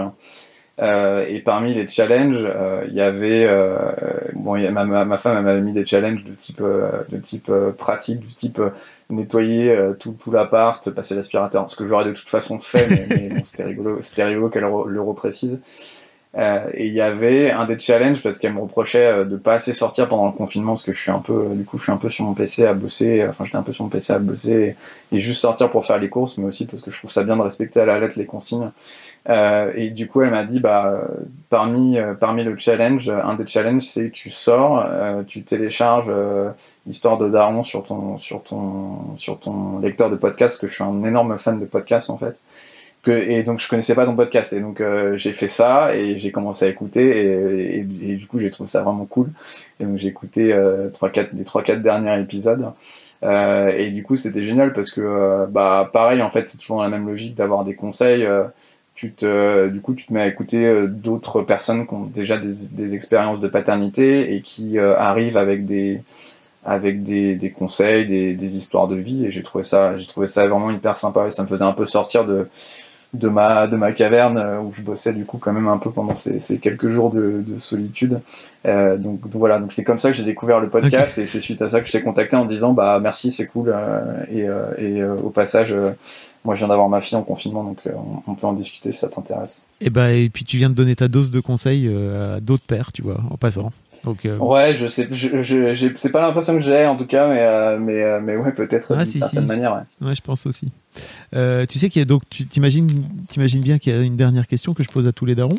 euh, et parmi les challenges euh, il y avait euh, bon il y a, ma, ma, ma femme elle m'avait mis des challenges de type euh, de type euh, pratique, du type euh, nettoyer euh, tout, tout l'appart, passer l'aspirateur, ce que j'aurais de toute façon fait, mais, mais bon, c'était rigolo, c'était rigolo qu'elle re, le reprécise. Euh, et il y avait un des challenges parce qu'elle me reprochait euh, de pas assez sortir pendant le confinement parce que je suis un peu, euh, du coup, je suis un peu sur mon P C à bosser. Enfin, j'étais un peu sur mon P C à bosser et, et juste sortir pour faire les courses, mais aussi parce que je trouve ça bien de respecter à la lettre les consignes. Euh, et du coup, elle m'a dit, bah, parmi euh, parmi le challenge, un des challenges, c'est que tu sors, euh, tu télécharges euh, Histoire de Daron sur ton sur ton sur ton lecteur de podcast, parce que je suis un énorme fan de podcast en fait. Que, et donc je connaissais pas ton podcast et donc euh, j'ai fait ça et j'ai commencé à écouter et, et, et du coup j'ai trouvé ça vraiment cool et donc j'ai écouté euh, trois quatre les trois quatre derniers épisodes euh, et du coup c'était génial parce que euh, bah pareil en fait c'est toujours dans la même logique d'avoir des conseils euh, tu te du coup tu te mets à écouter euh, d'autres personnes qui ont déjà des, des expériences de paternité et qui euh, arrivent avec des avec des, des conseils des, des histoires de vie et j'ai trouvé ça j'ai trouvé ça vraiment hyper sympa et ça me faisait un peu sortir de de ma de ma caverne euh, où je bossais du coup quand même un peu pendant ces, ces quelques jours de, de solitude euh, donc, donc voilà donc c'est comme ça que j'ai découvert le podcast okay. Et c'est suite à ça que je t'ai contacté en disant bah merci c'est cool euh, et, euh, et euh, au passage euh, moi je viens d'avoir ma fille en confinement donc euh, on, on peut en discuter si ça t'intéresse et bah et puis tu viens de donner ta dose de conseils euh, à d'autres pères tu vois en passant. Donc, euh... ouais, je sais, je, je, j'ai, c'est pas l'impression que j'ai en tout cas, mais euh, mais euh, mais ouais, peut-être ah, d'une si, certaine si. manière. Ouais. ouais, je pense aussi. Euh, tu sais qu'il y a donc, tu t'imagines, t'imagines bien qu'il y a une dernière question que je pose à tous les darons.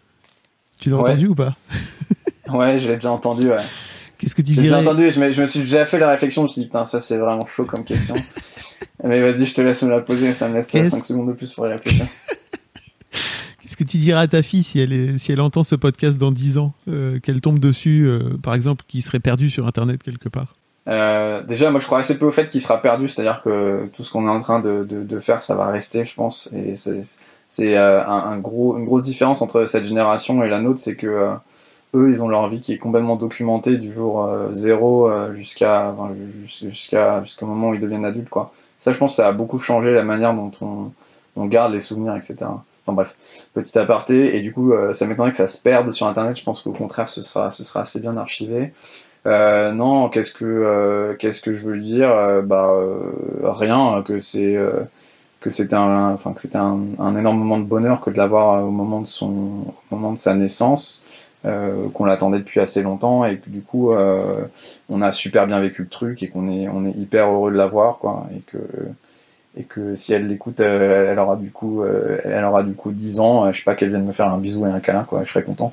Tu l'as ouais. entendu ou pas? Ouais, je l'ai déjà entendu. Ouais. Qu'est-ce que tu j'ai dirais? J'ai déjà entendu. Je me, je me suis déjà fait la réflexion. Je me suis dit putain, ça c'est vraiment chaud comme question. Mais vas-y, je te laisse me la poser. Ça me laisse cinq secondes de plus pour y réfléchir. Qu'est-ce que tu diras à ta fille si elle, est, si elle entend ce podcast dans dix ans, euh, qu'elle tombe dessus, euh, par exemple, qui serait perdue sur Internet quelque part? euh, Déjà, moi, je crois assez peu au fait qu'il sera perdu, c'est-à-dire que tout ce qu'on est en train de, de, de faire, ça va rester, je pense. Et c'est, c'est euh, un, un gros, une grosse différence entre cette génération et la nôtre, c'est que euh, eux, ils ont leur vie qui est complètement documentée du jour euh, zéro euh, jusqu'à, enfin, jusqu'à, jusqu'au moment où ils deviennent adultes, quoi. Ça, je pense, que ça a beaucoup changé la manière dont on, on garde les souvenirs, et cetera. Enfin bref, petit aparté, et du coup, euh, ça m'étonnerait que ça se perde sur Internet. Je pense qu'au contraire, ce sera, ce sera assez bien archivé. Euh, non, qu'est-ce que, euh, qu'est-ce que je veux dire euh, Bah euh, rien, que c'est, euh, que c'était un, enfin que c'était un, un énorme moment de bonheur que de l'avoir au moment de son, au moment de sa naissance, euh, qu'on l'attendait depuis assez longtemps et que du coup, euh, on a super bien vécu le truc et qu'on est, on est hyper heureux de l'avoir, quoi, et que et que si elle l'écoute, euh, elle aura du coup, euh, elle aura du coup dix ans. Euh, je sais pas, qu'elle vienne me faire un bisou et un câlin, quoi. Je serais content.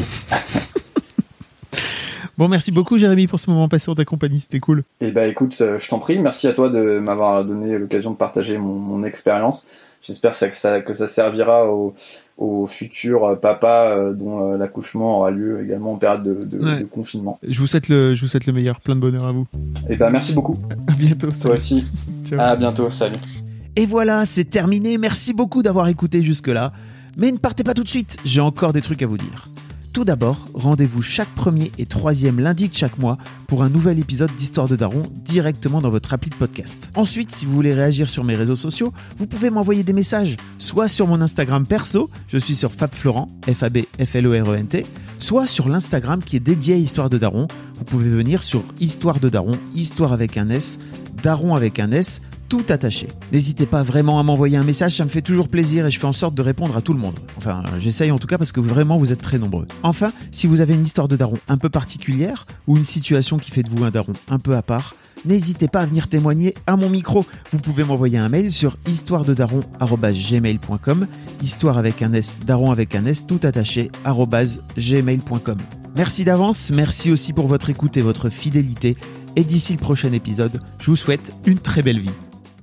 Bon, merci beaucoup, Jérémy, pour ce moment passé en ta compagnie. C'était cool. Et bah, écoute, euh, je t'en prie. Merci à toi de m'avoir donné l'occasion de partager mon, mon expérience. J'espère que ça, que ça servira aux, aux futurs papas euh, dont euh, l'accouchement aura lieu également en période de, de, ouais. de confinement. Je vous souhaite le, je vous souhaite le meilleur. Plein de bonheur à vous. Et bah, merci beaucoup. À bientôt. Toi aussi. Ciao. À bientôt. Salut. Et voilà, c'est terminé. Merci beaucoup d'avoir écouté jusque-là. Mais ne partez pas tout de suite, j'ai encore des trucs à vous dire. Tout d'abord, rendez-vous chaque premier et troisième lundi de chaque mois pour un nouvel épisode d'Histoire de Daron directement dans votre appli de podcast. Ensuite, si vous voulez réagir sur mes réseaux sociaux, vous pouvez m'envoyer des messages, soit sur mon Instagram perso, je suis sur FabFlorent, F A B F L O R E N T, soit sur l'Instagram qui est dédié à Histoire de Daron. Vous pouvez venir sur Histoire de Daron, Histoire avec un S, Daron avec un S, tout attaché. N'hésitez pas vraiment à m'envoyer un message, ça me fait toujours plaisir et je fais en sorte de répondre à tout le monde. Enfin, j'essaye en tout cas parce que vraiment vous êtes très nombreux. Enfin, si vous avez une histoire de daron un peu particulière ou une situation qui fait de vous un daron un peu à part, n'hésitez pas à venir témoigner à mon micro. Vous pouvez m'envoyer un mail sur histoire de daron arobase gmail point com, histoire avec un S, daron avec un S, tout attaché, arobase gmail point com. Merci d'avance, merci aussi pour votre écoute et votre fidélité. Et d'ici le prochain épisode, je vous souhaite une très belle vie.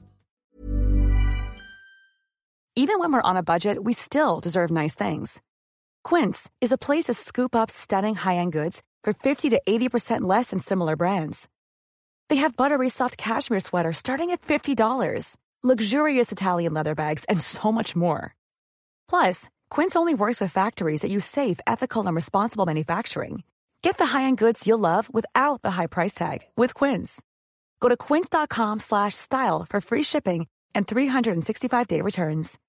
Even when we're on a budget, we still deserve nice things. Quince is a place to scoop up stunning high-end goods for fifty to eighty percent less than similar brands. They have buttery soft cashmere sweaters starting at fifty dollars, luxurious Italian leather bags, and so much more. Plus, Quince only works with factories that use safe, ethical, and responsible manufacturing. Get the high-end goods you'll love without the high price tag with Quince. Go to quince dot com slash style for free shipping and three sixty-five day returns.